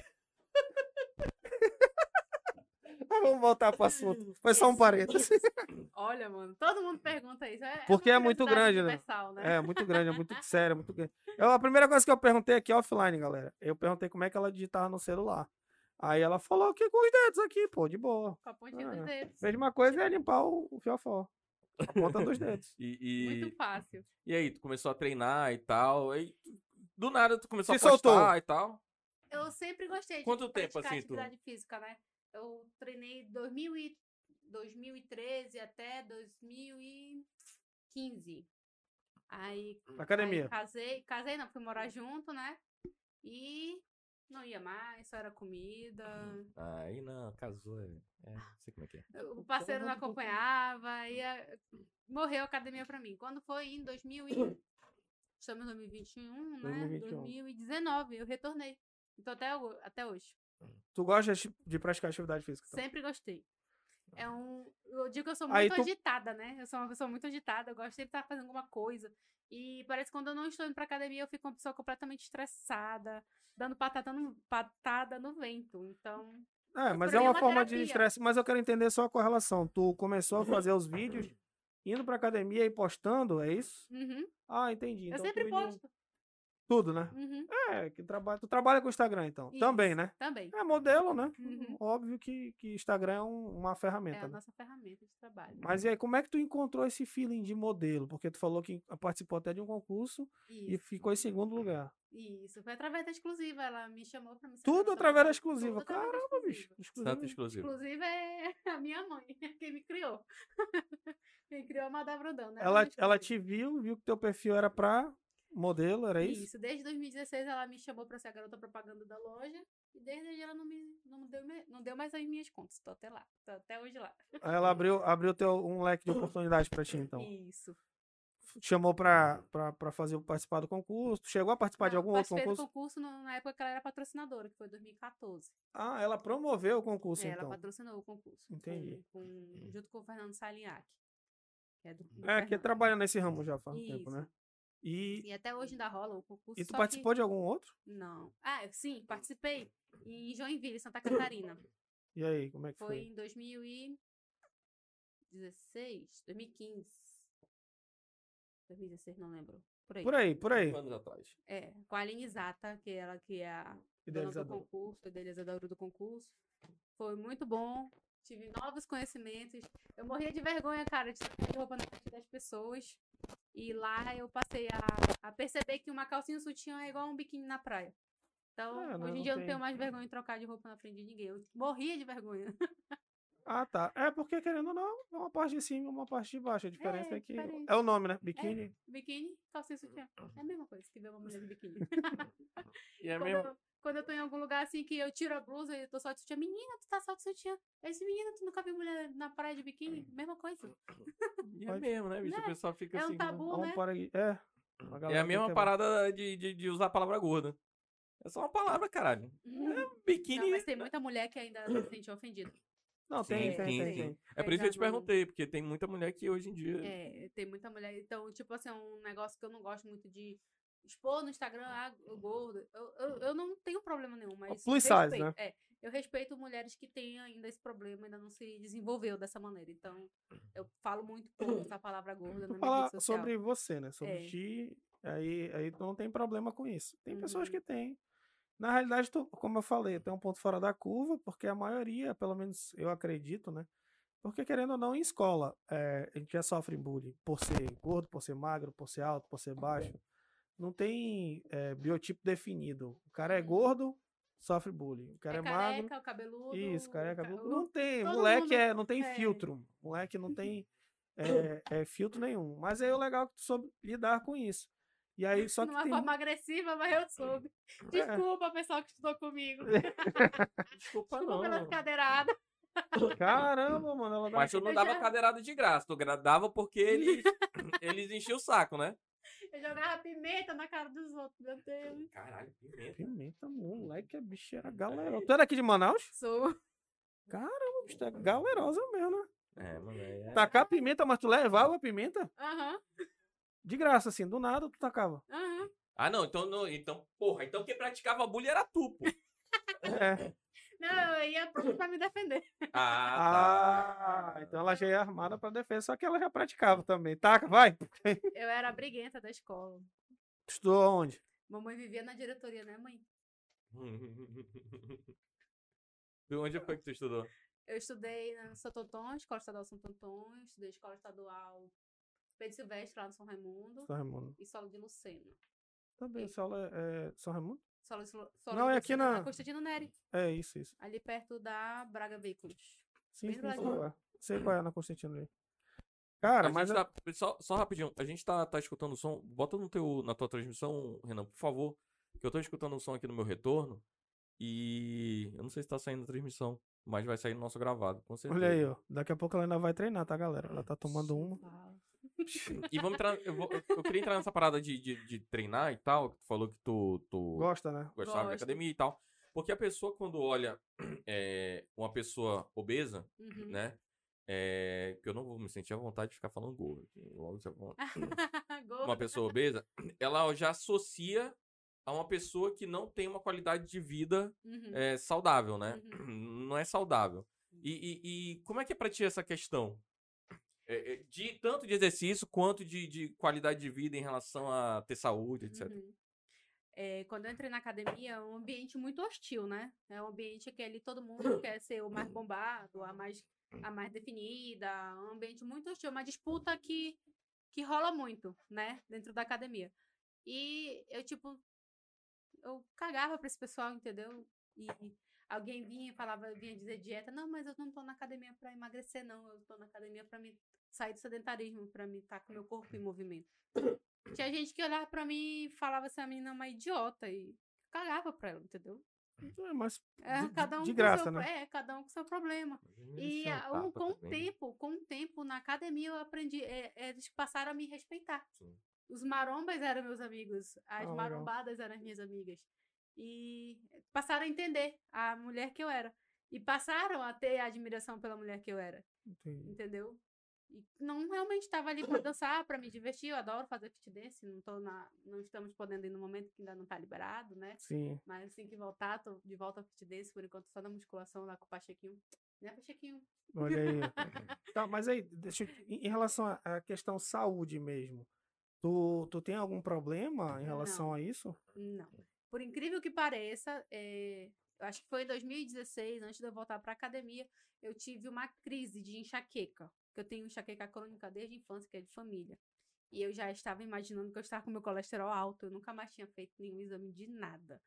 Mas vamos voltar pro assunto. Foi só um parênteses. Olha, mano, todo mundo pergunta isso. É, Porque uma é muito curiosidade grande, né? universal, né? É, muito grande, é muito sério, é muito grande. Eu, a primeira coisa que eu perguntei aqui offline, galera. Eu perguntei como é que ela digitava no celular. Aí ela falou que com os dedos aqui, pô, de boa. Com a pontinha dos Ah, dedos. Mesma coisa é limpar o, o fiofó. A ponta dos dedos. e, e, Muito fácil. e aí, tu começou a treinar e tal. Aí, do nada, tu começou Se a postar soltou. e tal. Eu sempre gostei de Quanto tempo, praticar assim, tu- atividade física, né? Eu treinei dois mil e dois mil e treze até dois mil e quinze. Aí, Academia. aí casei, casei não, fui morar junto, né? E Não ia mais, só era comida. Aí não, casou. É, é, não sei como é que é. O parceiro não acompanhava, ia... morreu a academia pra mim. Quando foi em dois mil e... Estamos em dois mil e vinte e um, né? dois mil e vinte e um. dois mil e dezenove, eu retornei. Então até, ho- até hoje. Tu gosta de, de praticar atividade física? Então? Sempre gostei. É um... Eu digo que eu sou Aí muito tu- agitada, né? Eu sou uma pessoa muito agitada, eu gosto de sempre estar fazendo alguma coisa. E parece que quando eu não estou indo pra academia, eu fico uma pessoa completamente estressada, dando patada no, patada no vento. Então, É, mas procurei é uma uma forma de terapia. estresse. Mas eu quero entender só a correlação. Tu começou a fazer os vídeos, indo pra academia e postando, é isso? uhum, Ah, entendi. eu Então sempre tu iria- posto. Tudo, né? Uhum, É, que trabalha... tu trabalha com Instagram, então. isso, Também, né? Também. É modelo, né? Uhum. Óbvio que, que Instagram é um- uma É ferramenta, a né? nossa ferramenta de trabalho. Mas e aí, como é que tu encontrou esse feeling de modelo? Porque tu falou que participou até de um concurso e Isso. ficou em segundo lugar. Isso, foi através da exclusiva. Ela me chamou pra me ser Tudo garota através da propaganda. exclusiva. Tudo através da Caramba, bicho. exclusiva. Tanto Exclusiva. exclusivo. Exclusiva é a minha mãe, quem me criou. Quem criou a Madá Brudão, né? Ela, ela te viu, viu que teu perfil era pra modelo, era isso? Isso, desde dois mil e dezesseis ela me chamou pra ser a garota propaganda da loja. E desde aí ela não me não deu, me- não deu mais as minhas contas. Tô até lá. Tô até hoje lá. Aí ela abriu, abriu teu, um leque de oportunidades pra ti, então. Isso. Te chamou pra, pra, pra fazer, participar do concurso. Tu chegou a participar de Não, algum outro participei concurso? do concurso no- na época que ela era patrocinadora, que foi dois mil e quatorze. Ah, ela promoveu o concurso, É, ela então. patrocinou o concurso. Entendi. Com, com- junto com o Fernando Salinhac. Que é do, do É, que Fernando. trabalha nesse ramo já faz um tempo, Isso. né? E, E até hoje ainda rola o concurso. e tu só participou de algum outro? Que... Não. Ah, sim, participei. Em Joinville, Santa Catarina. E aí, como é que Foi foi? em dois mil e dezesseis, dois mil e quinze. dois mil e dezesseis, não lembro. Por aí. Por aí, por aí. Cinco anos atrás. É, com a Aline Zata, que ela que é a dona do Idealizador. concurso, idealizadora do concurso. Foi muito bom. Tive novos conhecimentos. Eu morria de vergonha, cara, de sair de roupa na frente das pessoas. E lá eu passei a, a perceber que uma calcinha sutiã é igual a um biquíni na praia. Então, É, né, hoje em não dia eu não tem- tenho mais vergonha de trocar de roupa na frente de ninguém. Eu morria de vergonha. Ah, tá. É porque, querendo ou não, é uma parte de cima e uma parte de baixo. A diferença é, É, que. diferente. É o nome, né? Biquíni. Biquíni, calcinha sutiã. É a mesma coisa que ver uma mulher de biquíni. E é quando, mesmo. eu, quando eu tô em algum lugar assim que eu tiro a blusa e eu tô só de sutiã, menina, tu tá só de sutiã. Esse menino, tu nunca viu mulher na praia de biquíni? Mesma coisa. E é Pode- mesmo, né, bicho? Né? O pessoal fica É um assim. tabu. Vamos né? para aí. É. É A a galera mesma quer- parada de, de, de usar a palavra gorda. É só uma palavra, caralho. Uhum. Biquíni. Não, mas tem muita mulher que ainda se sente ofendida. Não, tem, Sim, tem, sim, tem, sim. tem. É por isso que eu te já não- perguntei, porque tem muita mulher que hoje em dia. É, tem muita mulher. Então, tipo assim, é um negócio que eu não gosto muito de expor no Instagram, ah, o gordo. Eu, eu, eu não tenho problema nenhum, mas. Plus eu size, respeito, né? É, eu respeito mulheres que têm ainda esse problema, ainda não se desenvolveu dessa maneira. Então, eu falo muito pouco essa palavra gorda na Tu minha fala rede social. sobre você, né? Sobre É. ti, aí, aí tu não tem problema com isso. Tem pessoas Uhum. que têm. Na realidade, tu, como eu falei, tem um ponto fora da curva, porque a maioria, pelo menos eu acredito, né? Porque querendo ou não, em escola, é, a gente já sofre bullying por ser gordo, por ser magro, por ser alto, por ser baixo. Não tem é, biotipo definido. O cara é Uhum. gordo, sofre bullying. O cara É é, magro. careca, o cabeludo. Isso, careca. ca- cabeludo. Não tem, todo moleque mundo. é, não tem É. filtro. Moleque não tem é, é, filtro nenhum. Mas aí o legal é que tu soube lidar com isso. E aí, só De que uma tem... forma agressiva, mas eu soube. Desculpa, pessoal que estudou comigo. Desculpa, Desculpa pelas não. cadeiradas. Caramba, mano, ela dá Mas tu não Eu dava já- cadeirada de graça, tu gra- dava porque eles, eles enchiam o saco, né? Eu jogava pimenta na cara dos outros, meu Deus. Caralho, pimenta. Pimenta, moleque, a bicha era galerosa. Tu é daqui de Manaus? Sou. Caramba, bicho, tu é galerosa mesmo, né? É, mano. É... Tacar pimenta, mas tu levava a pimenta? Aham, De graça, assim, do nada tu tacava. aham. Ah, não, então, não, então, porra, então quem praticava bullying era tu, pô. É. Não, eu ia pronto pra me defender. Ah, Ah, então ela já ia armada pra defesa, só que ela já praticava também. Taca, vai. Eu era a briguenta da escola. Estudou onde? Mamãe vivia na diretoria, né, mãe? tá. De onde foi que tu estudou? Eu estudei na Santo Antônio, Escola Estadual Santo Antônio, estudei Escola Estadual Pedro Silvestre, lá no São Raimundo, São Raimundo. e Solo de Lucena. Também, só é, é São Raimundo? Solo de, Lu- Solo Não, de é aqui Lucena, na- Constantino Neri, É isso, isso. ali perto da Braga Veículos. Sim, Bem sim, do sei ladinho. qual é. Sei qual é na Constantino ali. Cara, A mas... gente tá, só, só rapidinho, a gente tá, tá escutando o som. Bota no teu, na tua transmissão, Renan, por favor. Que eu tô escutando o som aqui no meu retorno. E eu não sei se tá saindo a transmissão, mas vai sair no nosso gravado, com certeza. Olha aí, ó. Daqui a pouco ela ainda vai treinar, tá, galera? Ela tá tomando uma. E vamos entrar. Eu, vou- eu- eu queria entrar nessa parada de, de, de treinar e tal. Que tu falou que tu, tu Gosta, né? gostava de Gosto. academia e tal. Porque a pessoa, quando olha é, uma pessoa obesa, Uhum. né? É, que eu não vou me sentir à vontade de ficar falando gordo. aqui, Logo você fala- Gorda. uma pessoa obesa, ela já associa a uma pessoa que não tem uma qualidade de vida Uhum. é, saudável, né? Uhum. Não é saudável. E, e- e como é que é pra ti essa questão? É, é, de tanto de exercício quanto de, de qualidade de vida em relação a ter saúde, etcétera. Uhum. É, quando eu entrei na academia, é um ambiente muito hostil, né? É um ambiente que ali todo mundo quer ser o mais bombado, a mais, a mais definida, um ambiente muito hostil, uma disputa que, que rola muito, né? Dentro da academia. E eu, tipo, eu cagava pra esse pessoal, entendeu? E alguém vinha e falava, vinha dizer dieta, não, mas eu não tô na academia pra emagrecer, não. Eu tô na academia pra me sair do sedentarismo, pra me estar com meu corpo em movimento. Tinha gente que olhava pra mim e falava assim, a menina é uma idiota e cagava pra ela, entendeu? É, mas É, de, cada um de com graça, seu, né? é, cada um com seu problema. E Isso é um ah, um, tapa com o também, né? tempo, com o tempo, na academia eu aprendi, é, é, eles passaram a me respeitar. Sim. Os marombas eram meus amigos, as Ah, legal. marombadas eram as minhas amigas. E passaram a entender a mulher que eu era. E passaram a ter admiração pela mulher que eu era, Entendi. entendeu? E não realmente estava ali para dançar, para me divertir. Eu adoro fazer fit dance, não, tô na, não estamos podendo ir no momento que ainda não tá liberado, né? Sim. Mas assim que voltar, tô de volta ao fit dance, por enquanto só na musculação lá com o Pachequinho. Né, Pachequinho? Olha aí. Tá, mas aí, deixa eu, em em relação à à questão saúde mesmo, tu, tu tem algum problema em relação Não. a isso? Não. Por incrível que pareça, é, eu acho que foi em dois mil e dezesseis, antes de eu voltar para academia, eu tive uma crise de enxaqueca. Que eu tenho enxaqueca crônica desde a infância, que é de família. E eu já estava imaginando que eu estava com meu colesterol alto. Eu nunca mais tinha feito nenhum exame de nada.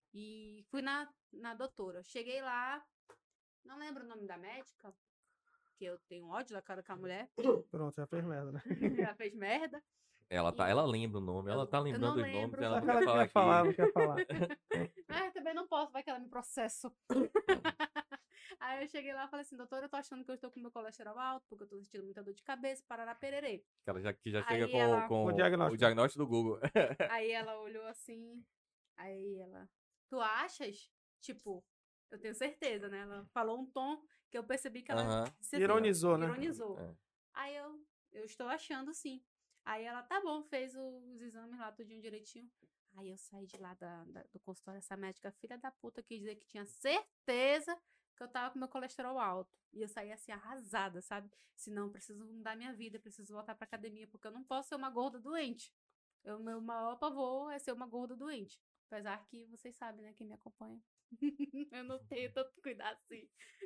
E fui na, na doutora. Cheguei lá, não lembro o nome da médica, que eu tenho ódio da cara com a mulher. Pronto, já fez merda, né? Ela fez merda. Ela, tá, E- ela lembra o nome, ela Eu- tá eu lembrando não os nomes, lembro. ela Só não que ela quer falar quer aqui. falar, não quer falar. Mas também não posso, vai que ela me processa. Aí eu cheguei lá e falei assim, doutora, eu tô achando que eu estou com meu colesterol alto, porque eu tô sentindo muita dor de cabeça, parará, pererê. Que ela já, que já Aí chega com, ela- com O diagnóstico. o diagnóstico do Google. Aí ela olhou assim, aí ela, tu achas? Tipo, eu tenho certeza, né? Ela falou um tom que eu percebi que ela Aham. disse assim, Ironizou, né? ironizou. É. Aí eu, eu estou achando sim. Aí ela, tá bom, fez o- os exames lá, tudinho direitinho. Aí eu saí de lá da, da- do consultório, essa médica, filha da puta, quis dizer que tinha certeza que eu tava com meu colesterol alto. E eu saí assim, arrasada, sabe? Se não, preciso mudar minha vida, preciso voltar pra academia, porque eu não posso ser uma gorda doente. O meu maior pavor é ser uma gorda doente. Apesar que vocês sabem, né, quem me acompanha. Eu não tenho tanto cuidado assim.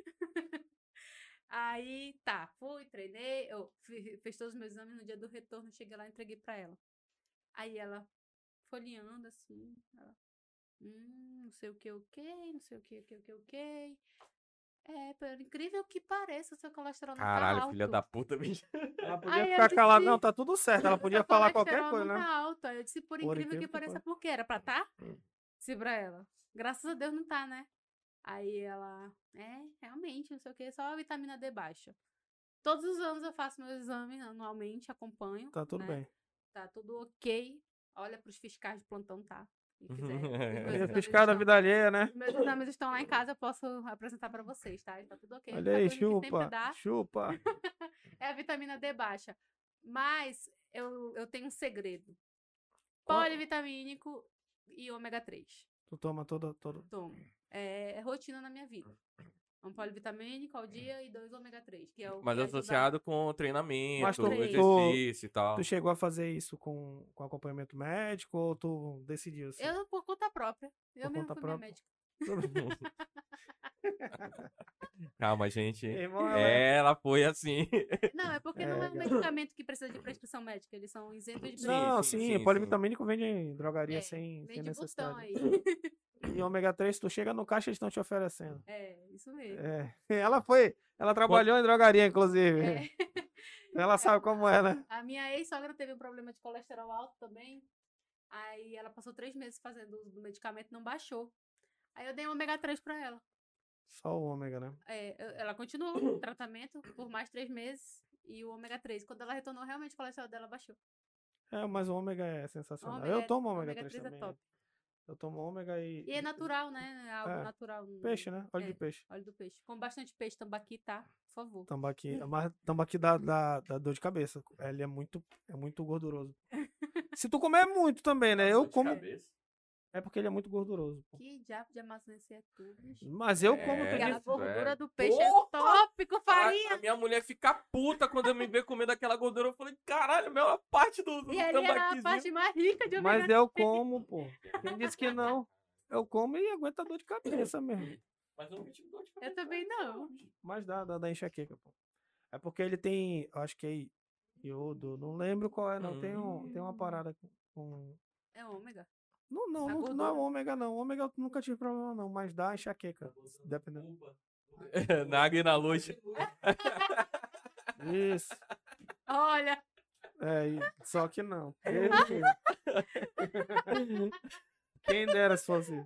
Aí, tá, fui, treinei, eu fi- fiz todos os meus exames, no dia do retorno, cheguei lá e entreguei pra ela. Aí ela, folheando assim, ela, hum, não sei o que, o que, não sei o que, o que, o que, o que. É, por incrível que pareça, o seu colesterol não tá Caralho, alto. filha da puta, bicho. Ela podia Aí eu ficar calada. disse- Não, tá tudo certo. Ela podia Seu falar qualquer colesterol coisa, não né? tá alto. Aí eu disse, por, Por incrível, incrível que que pareça, pareça. por quê? Era pra tá? Disse pra ela. Graças a Deus não tá, né? Aí ela, é, realmente, não sei o que, só a vitamina D baixa. Todos os anos eu faço meu exame anualmente, acompanho. Tá tudo né? bem. Tá tudo ok. Olha pros fiscais de plantão, tá? Quem quiser. Os meus E exames fiscal da estão- vida alheia, né? os meus exames estão lá em casa, eu posso apresentar pra vocês, tá? Tá tudo ok. Olha A aí, única coisa que sempre chupa. dá Chupa. é a vitamina D baixa. Mas eu, eu tenho um segredo. Qual- Polivitamínico e ômega três. Tu toma todo, todo. Tomo. É, é rotina na minha vida. Um polivitamínico ao dia e dois ômega três, que é o Mas que ajuda- associado com o treinamento, Mas tu- exercício e tal. Tu chegou a fazer isso com, com acompanhamento médico ou tu decidiu assim? Eu por conta própria. Eu Por mesmo conta fui própria? minha médica. Calma, gente. Irmão, ela- Ela foi assim. Não, é porque É, não é um cara. medicamento que precisa de prescrição médica. Eles são isentos de Sim, prescrição. Não, sim, sim, sim, sim. polivitamínico vende em drogaria É, sem, Vem sem de botão necessidade. aí. E ômega três, tu chega no caixa, eles estão te oferecendo. É, isso mesmo. É. Ela foi, ela trabalhou em drogaria, inclusive. É. Ela sabe como é, né? A minha ex-sogra teve um problema de colesterol alto também. Aí ela passou três meses fazendo uso do medicamento e não baixou. Aí eu dei um ômega três pra ela. Só o ômega, né? É, eu- ela continuou o tratamento por mais três meses e o ômega três. Quando ela retornou, realmente o colesterol dela baixou. É, mas o ômega é sensacional. Ômega Eu é- tomo ômega ômega três três é também. top. Eu tomo ômega e... E é natural, né? É algo É, natural. Peixe, né? Óleo É, de peixe. óleo do peixe. Com bastante peixe, tambaqui, tá? Por favor. Tambaqui. Mas tambaqui dá, dá, dá dor de cabeça. Ele é muito, é muito gorduroso. Se tu comer muito também, né? Eu como... É porque ele é muito gorduroso. Pô. Que diabo de amazonense é tu, bicho? Mas eu como É, tudo Aquela isso. gordura é. do peixe Porra! é top com A, farinha. a minha mulher fica puta quando eu me ver comendo aquela gordura. Eu falei, caralho, meu, a parte do, do E ali era a tambaquizinho. parte mais rica de ômega Mas eu como, pô. Quem disse que não? Eu como e aguento a dor de cabeça mesmo. Mas eu nunca tive dor de cabeça. Eu também não. Mas dá, dá, dá enxaqueca, pô. É porque ele tem, eu acho que é iodo, não lembro qual é, não. Tem, um, tem uma parada com... com- É ômega. Não, não, A não, não é gordura. ômega, não. Ômega eu nunca tive problema, não. Mas dá enxaqueca. Dependendo. Na água e na luz. Isso. Olha, É, e- só que não. Quem dera se fosse.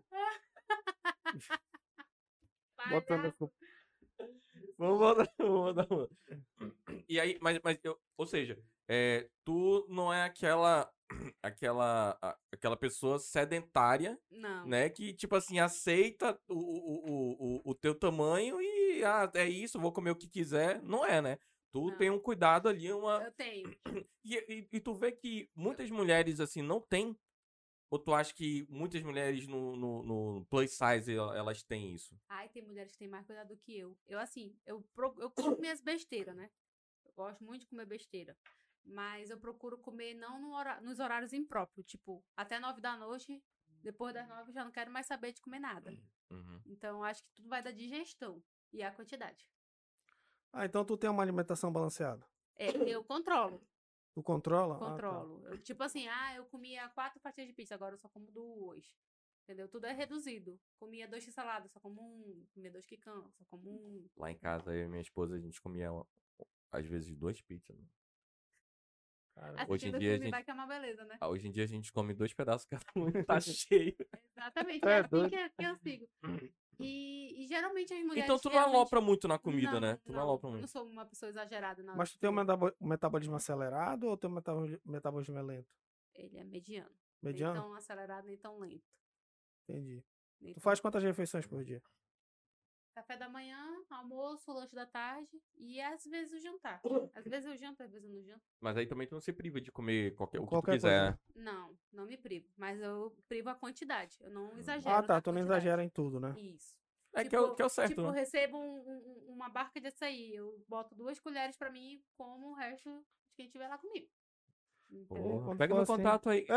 vai Botando dar. a culpa. Vamos voltar, vamos voltar. vamos. E aí, mas, mas eu, ou seja, é, tu não é aquela, aquela, a- aquela pessoa sedentária, Não. né? Que, tipo assim, aceita o, o, o, o, o teu tamanho e, ah, é isso, vou comer o que quiser. Não é, né? Tu Não. tem um cuidado ali, uma... Eu tenho. E, e, e tu vê que muitas mulheres, assim, não têm? Ou tu acha que muitas mulheres no, no, no plus size, el- elas têm isso? Ai, tem mulheres que têm mais cuidado do que eu. Eu, assim, eu, pro- eu como minhas besteiras, né? Eu gosto muito de comer besteira. Mas eu procuro comer não no hora- nos horários impróprios. Tipo, até nove da noite, depois das nove eu já não quero mais saber de comer nada. Uhum. Então, acho que tudo vai da digestão e a quantidade. Ah, então tu tem uma alimentação balanceada. É, eu controlo. Tu controla? Ah, tá. Controlo. Eu, tipo assim, ah, eu comia quatro fatias de pizza, agora eu só como duas. Entendeu? Tudo é reduzido. Comia dois de salada, só como um. Comia dois quicão, só como um. Lá em casa, eu e minha esposa, a gente comia, às vezes, duas pizzas. né? Cara, Hoje em Assistindo dia a filme gente- vai que é uma beleza, né? Ah, hoje em dia a gente come dois pedaços cada um e tá cheio. Exatamente. É É assim doido. que, que eu sigo. E, e geralmente as mulheres. Então tu não realmente- alopra muito na comida, Não, né? Tu não, não, alopra eu não muito. sou uma pessoa exagerada na hora Mas de tu tem um comer. metabo- metabolismo acelerado ou teu metaboli- metabolismo é lento? Ele é mediano. Mediano? Nem tão acelerado, nem tão lento. Entendi. Nem Tu tão- faz quantas refeições por dia? Café da manhã, almoço, lanche da tarde e às vezes o jantar. Às vezes eu janto, às vezes eu não janto. Mas aí também tu não se priva de comer qualquer, o que Qualquer tu quiser. coisa. Não, não me privo. Mas eu privo a quantidade. Eu não exagero. Ah, tá. na Tu não quantidade. exagera em tudo, né? Isso. É que é, o, que é o certo, Tipo, né? eu recebo um- um- uma barca de açaí. Eu boto duas colheres pra mim e como o resto de quem estiver lá comigo. Entendeu? Porra, Quando pega for meu assim- contato aí.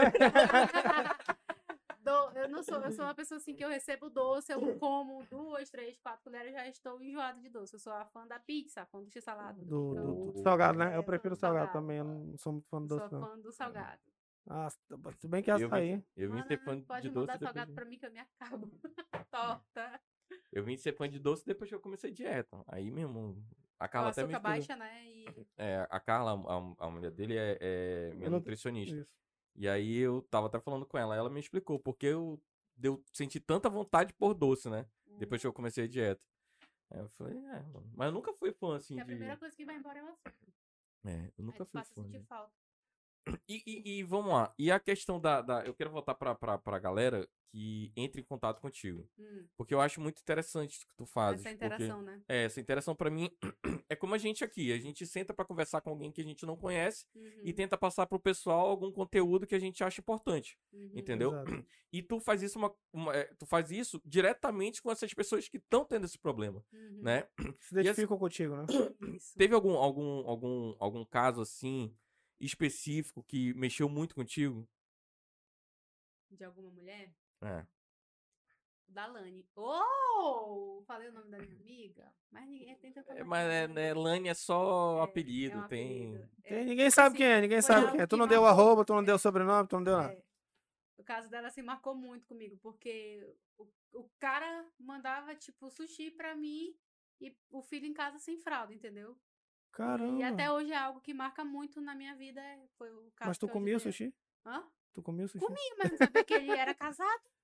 Do- eu não sou, eu sou uma pessoa assim que eu recebo doce, eu como duas, três, quatro colheres já estou enjoada de doce. Eu sou a fã da pizza, fã do x-salada. Do, quicão. do- do salgado, né? É, Eu sou prefiro do salgado, salgado. também. Eu não sou muito fã do Eu sou doce, não. fã do salgado. Ah, se bem que é Eu vim, açaí. eu vim Mano, ser fã pode de doce mandar depois salgado de... pra mim que eu me acabo. Torta. Eu vim ser fã de doce depois que eu comecei dieta. Aí mesmo, a O Carla até me açúcar explicou. baixa, né? E É, a Carla, a, a mulher dele, é, é minha Eu não- nutricionista. Isso. E aí eu tava até falando com ela, ela me explicou porque eu, eu senti tanta vontade por doce, né? Depois que eu comecei a dieta. Aí eu falei, é, mano. Mas eu nunca fui fã, assim, que a de... primeira coisa que vai embora é o açúcar. É, eu Aí nunca tu fui passa a fã. sentir de- falta. E, e, e vamos lá. E a questão da, da... Eu quero voltar pra, pra, pra galera que entra em contato contigo. Hum, Porque eu acho muito interessante o que tu fazes. essa porque- interação, né? É, essa interação pra mim é como a gente aqui. A gente senta pra conversar com alguém que a gente não conhece Uhum, e tenta passar pro pessoal algum conteúdo que a gente acha importante. uhum. Entendeu? Exato. E tu faz isso uma, uma- é, tu faz isso diretamente com essas pessoas que estão tendo esse problema, Uhum, né? Se identificam contigo, né? Isso. Teve algum algum algum algum caso assim específico que mexeu muito contigo? De alguma mulher? É. Da Lani. Oh! Falei o nome da minha amiga, mas ninguém tem tanta É, mas é, noção. né, Lani é só É, apelido, é um tem. apelido. É, Tem- ninguém sabe assim, quem é, ninguém foi sabe algo quem é. Tu que não deu marcou- arroba, tu não é, deu sobrenome, tu não deu nada. é. O caso dela se marcou muito comigo, porque o, o cara mandava, tipo, sushi pra mim e o filho em casa sem fralda, entendeu? Caramba. E até hoje é algo que marca muito na minha vida. é- Foi o caso Mas tu que eu comia o ajudei. sushi? Hã? Tu comia o sushi? Comia, mas não sabia que ele era casado.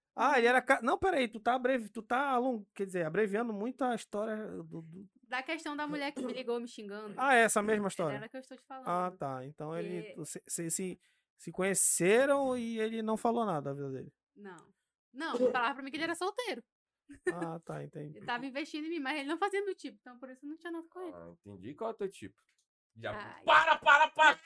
Ah, ele era. ca- Não, peraí, tu tá, abrevi... tu tá along... quer dizer, abreviando muito a história do. do- Da questão da mulher que me ligou me xingando. Ah, é essa mesma É história. dela que eu estou te falando. Ah, tá. Então ele. Que- Você se, se, se conheceram e ele não falou nada da vida dele. Não. Não, ele falava pra mim que ele era solteiro. Ah, tá, entendi. Ele tava investindo em mim, mas ele não fazia meu tipo. Então por isso eu não tinha nada com ele. Ah, entendi. Qual é o teu tipo? Já... Ai. Para, para, para!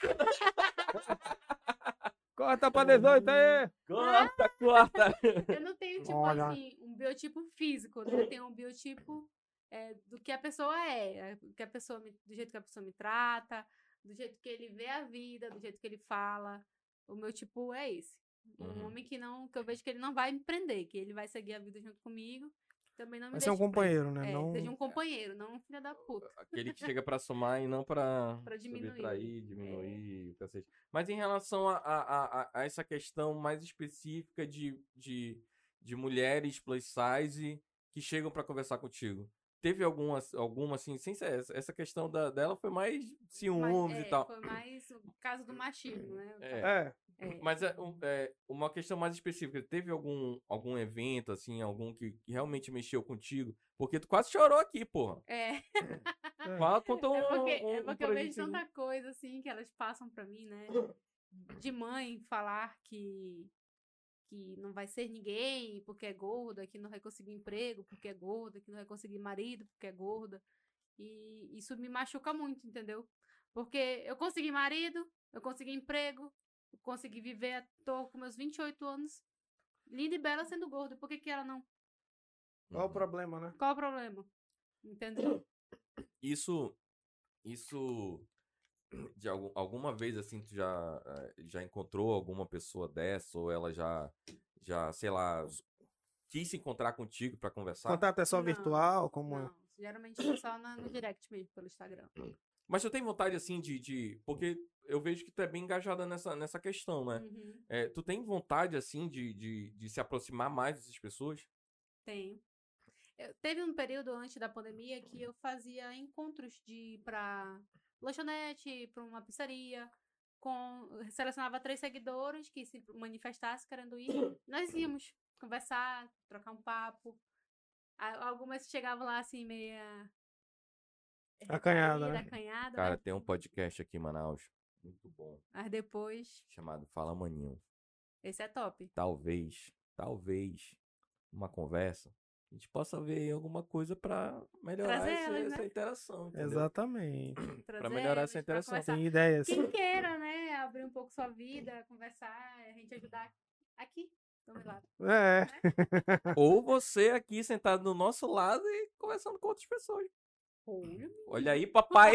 Corta pra dezoito aí! Corta, corta! Eu não tenho, tipo Olha. assim, um biotipo físico, né? Eu tenho um biotipo é, do que a pessoa é, é, do, que a pessoa me- do jeito que a pessoa me trata, do jeito que ele vê a vida, do jeito que ele fala. O meu tipo é esse. Um Uhum. homem que não, que eu vejo que ele não vai me prender, que ele vai seguir a vida junto comigo. Também não me Vai ser um deixe companheiro, preso. né? É, Não... seja um companheiro, não um filho da puta. Aquele que chega pra somar e não pra, Pra diminuir. subtrair, diminuir, o cacete. Mas em relação a, a, a, a essa questão mais específica de, de, de mulheres plus size que chegam pra conversar contigo, teve alguma, alguma assim, sem ser essa, essa questão da, dela foi mais ciúmes Mas, e é, tal. Foi mais o caso do machismo, né? É. É. É. Mas é, um- é, uma questão mais específica, teve algum, algum evento, assim, algum que, que realmente mexeu contigo? Porque tu quase chorou aqui, porra. É. é. Fala, conta um, É porque, um, é um porque eu pra vejo gente. tanta coisa, assim, que elas passam pra mim, né? De mãe falar que, que não vai ser ninguém porque é gorda, que não vai conseguir emprego porque é gorda, que não vai conseguir marido porque é gorda. E isso me machuca muito, entendeu? Porque eu consegui marido, eu consegui emprego, eu consegui viver, tô com meus vinte e oito anos, linda e bela sendo gorda. Por que que ela não? Qual o problema, né? Qual o problema? Entendeu? Isso, isso, de algum, alguma vez, assim, tu já, eh, já encontrou alguma pessoa dessa, ou ela já, já, sei lá, quis se encontrar contigo pra conversar? Contato é só Não, virtual, como é? Não, geralmente é só na- no direct mesmo, pelo Instagram. Mas tu tem vontade, assim, de, de... Porque eu vejo que tu é bem engajada nessa, nessa questão, né? Uhum, Eh, tu tem vontade, assim, de, de, de se aproximar mais dessas pessoas? tenho. Eu- teve um período antes da pandemia que eu fazia encontros de ir pra lanchonete, pra uma pizzaria, com, selecionava três seguidores que se manifestassem querendo ir. Nós íamos conversar, trocar um papo. A- Algumas chegavam lá assim, meia. Acanhada, retraída, né? acanhada, Cara, mas, tem um podcast aqui em Manaus, muito bom, mas depois. chamado Fala Maninho. Esse é top. Talvez, talvez, uma conversa, a gente possa ver alguma coisa pra melhorar Trazer essa, elas, né? essa interação, entendeu? Exatamente. Trazer melhorar elas essa pra interação. conversar. Tem ideias. Quem queira, né? Abrir um pouco sua vida, conversar, a gente ajudar aqui, do meu lado. É. Ou você aqui sentado do nosso lado e conversando com outras pessoas. Olha, Olha aí, papai.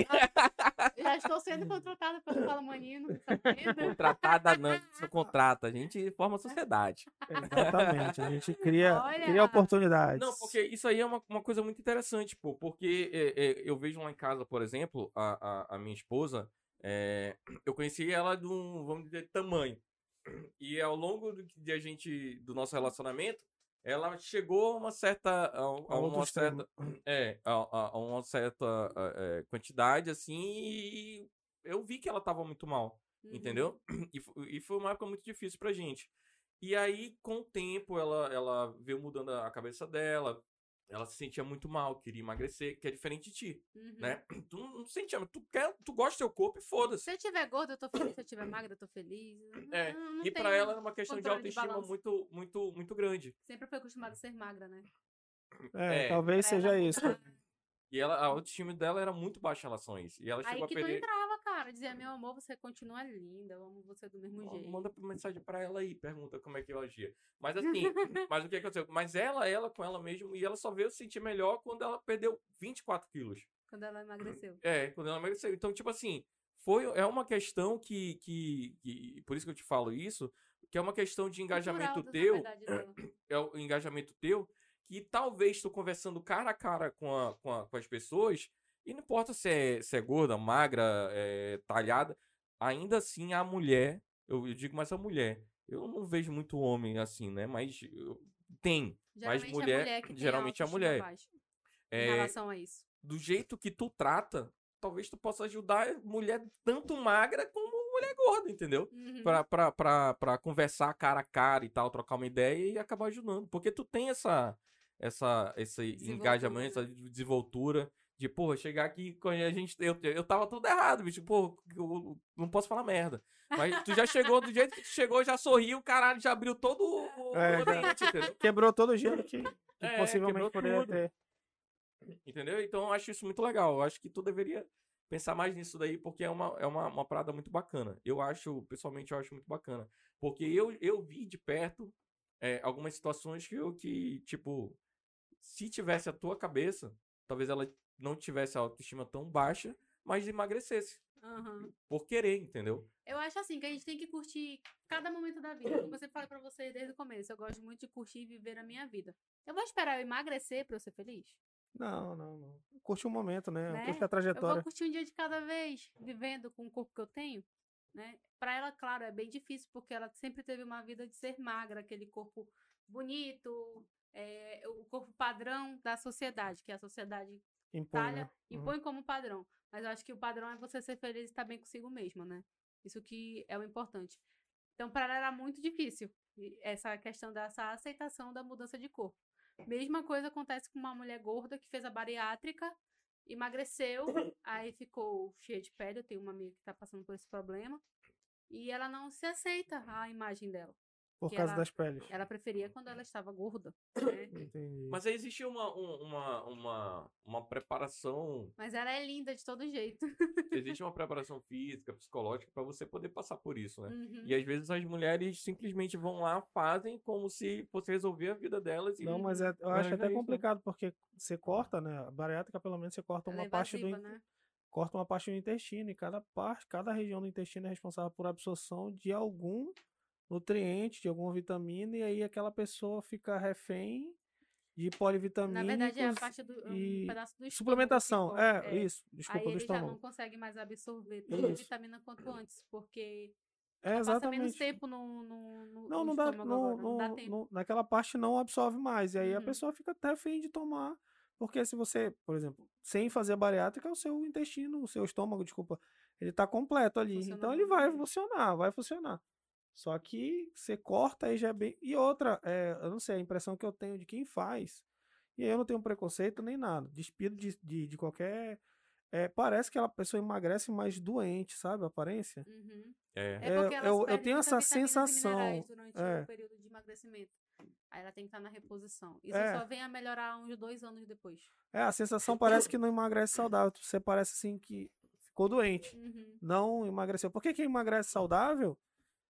já estou sendo contratada pelo Fala Manino, sabendo? Contratada não, a gente não contrata, a gente forma sociedade. Exatamente. A gente cria, Olha. cria oportunidades. Não, porque isso aí é uma, uma coisa muito interessante, pô. Porque é, é, eu vejo lá em casa, por exemplo, a, a, a minha esposa, é, eu conheci ela de um, vamos dizer, tamanho. E ao longo do, de a gente, do nosso relacionamento, ela chegou a uma certa, a, a A outro uma extremo. certa, é, a, a- a uma certa é, quantidade, assim, e eu vi que ela tava muito mal. Uhum. Entendeu? E, fo- e foi uma época muito difícil pra gente. E aí, com o tempo, ela, ela veio mudando a cabeça dela. Ela se sentia muito mal, queria emagrecer, que é diferente de ti, Uhum. né? Tu não, não sentia, tu, quer, tu gosta do teu corpo e foda-se. Se eu tiver gorda, eu tô feliz. Se eu tiver magra, eu tô feliz. É, Não- não E pra tenho- ela era uma questão de controle de autoestima balanço. muito, muito, muito grande. Sempre fui acostumada a ser magra, né? É, É. talvez Pra ela seja isso. mudar. E ela, a autoestima dela era muito baixa em relação a isso. E ela Aí chegou a que tu perder. entrava, cara. Dizia, meu amor, você continua linda. Eu amo você do mesmo Ó, jeito. Manda mensagem pra ela aí, pergunta como é que ela agia. Mas assim, mas o que aconteceu? Mas ela, ela com ela mesmo, e ela só veio se sentir melhor quando ela perdeu vinte e quatro quilos. Quando ela emagreceu. É, quando ela emagreceu. Então, tipo assim, foi, é uma questão que, que, que. Por isso que eu te falo isso, que é uma questão de engajamento Cultural, na teu. verdade, dela. É o engajamento teu, que talvez tu conversando cara a cara com, a, com, a- com as pessoas, e não importa se é, se é gorda, magra, é, talhada, ainda assim a mulher, eu, eu digo mais a mulher, eu não vejo muito homem assim, né? Mas eu- tem, mas Geralmente mulher, é a mulher que tem geralmente é a autoestima mulher. baixa É, em relação a isso. do jeito que tu trata, talvez tu possa ajudar a mulher tanto magra como mulher gorda, entendeu? Uhum. Pra, pra, pra, pra conversar cara a cara e tal, trocar uma ideia e acabar ajudando. Porque tu tem essa, essa, esse Desenvoltura. engajamento, essa desenvoltura de, porra, chegar aqui com a gente. Eu, eu tava tudo errado, bicho. Pô, eu não posso falar merda. Mas tu já chegou, do jeito que tu chegou, já sorriu, caralho, já abriu todo o É, ambiente, entendeu? Quebrou todo o gelo que, que É, possivelmente quebrou poderia tudo. ter. Entendeu? Então eu acho isso muito legal. Eu acho que tu deveria pensar mais nisso daí, porque é uma, é uma, uma parada muito bacana. Eu acho, pessoalmente, eu acho muito bacana. Porque eu, eu vi de perto é, algumas situações que eu, que, tipo, se tivesse a tua cabeça, talvez ela não tivesse a autoestima tão baixa, mas emagrecesse. Aham. Por querer, entendeu? Eu acho assim, que a gente tem que curtir cada momento da vida. Como eu sempre falei pra vocês desde o começo, eu gosto muito de curtir e viver a minha vida. Eu vou esperar eu emagrecer pra eu ser feliz? Não, não, não. Curte o momento, né? Né? Curte a Eu trajetória. vou curtir um dia de cada vez, vivendo com o corpo que eu tenho, né? Pra ela, claro, é bem difícil, porque ela sempre teve uma vida de ser magra, aquele corpo bonito, é, o corpo padrão da sociedade, que a sociedade Impõe, talha né? e Uhum. põe como padrão. Mas eu acho que o padrão é você ser feliz e estar bem consigo mesma, né? Isso que é o importante. Então, para ela era muito difícil e essa questão dessa aceitação da mudança de corpo. Mesma coisa acontece com uma mulher gorda que fez a bariátrica, emagreceu, aí ficou cheia de pele. Eu tenho uma amiga que tá passando por esse problema. E ela não se aceita a imagem dela. Por que causa ela- das peles. Ela preferia quando ela estava gorda, né? Entendi. Mas aí existe uma, um- uma, uma, uma preparação. Mas ela é linda de todo jeito. Existe uma preparação física, psicológica, pra você poder passar por isso, né? Uhum. E às vezes as mulheres simplesmente vão lá, fazem como se fosse resolver a vida delas. E Não, mas é- eu Mas acho não até é isso, né? complicado, porque você corta, né? A bariátrica, pelo menos, você corta Ela uma é parte do, invasiva, in- né? corta uma parte do intestino, e cada parte, cada região do intestino é responsável por absorção de algum nutriente, de alguma vitamina, e aí aquela pessoa fica refém de polivitamínicos. Na verdade, é a parte do um e pedaço do estômago que suplementação. corta, É, é. isso. Aí Desculpa, do ele já estômago. não consegue mais absorver tanta Isso. vitamina quanto antes, porque É, ela passa menos exatamente. tempo no, no, no, Não, no não dá, estômago não, agora, não dá não, tempo. não- naquela parte não absorve mais. E aí a Uhum. pessoa fica até fim de tomar. Porque se você, por exemplo, sem fazer bariátrica, o seu intestino, o seu estômago, desculpa, ele tá completo ali. Funciona Então ele muito vai bem. funcionar, vai funcionar. Só que você corta aí já é bem. E outra, é, eu não sei, a impressão que eu tenho de quem faz, e aí eu não tenho preconceito nem nada, despido de, de, de qualquer. É, parece que a pessoa emagrece mais doente, sabe? A aparência. Uhum. É. É porque É, elas eu, eu perdem tenho muita essa vitaminas e sensação. minerais durante É. o período de emagrecimento. Aí ela tem que estar na reposição. Isso É. só vem a melhorar uns dois anos depois. É, a sensação parece que não emagrece saudável. Você parece assim que ficou doente. Uhum. Não emagreceu. Por que quem emagrece saudável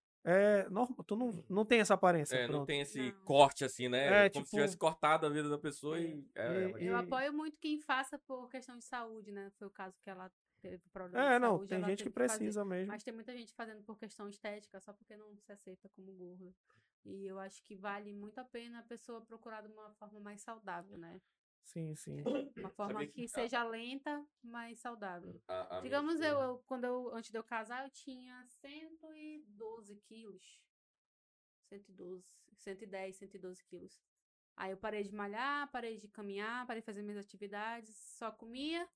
é normal? Tu não, não tem essa aparência. É, não pronto. tem esse Não. corte assim, né? É, Como se tipo- tivesse cortado a vida da pessoa e. É, E- mas- e- Eu apoio muito quem faça por questão de saúde, né? Foi o caso que ela teve problema É, de não, saúde. tem ela gente que teve fazer. precisa mesmo. Mas tem muita gente fazendo por questão estética, só porque não se aceita como gorda. E eu acho que vale muito a pena a pessoa procurar de uma forma mais saudável, né? Sim, sim. Uma forma Sabia que que- seja lenta, mas saudável. a- a minha Digamos, eu, esposa- eu- quando eu, antes de eu casar, eu tinha cento e doze quilos. cento e doze, cento e dez, cento e doze quilos. Aí eu parei de malhar, parei de caminhar, parei de fazer minhas atividades, só comia.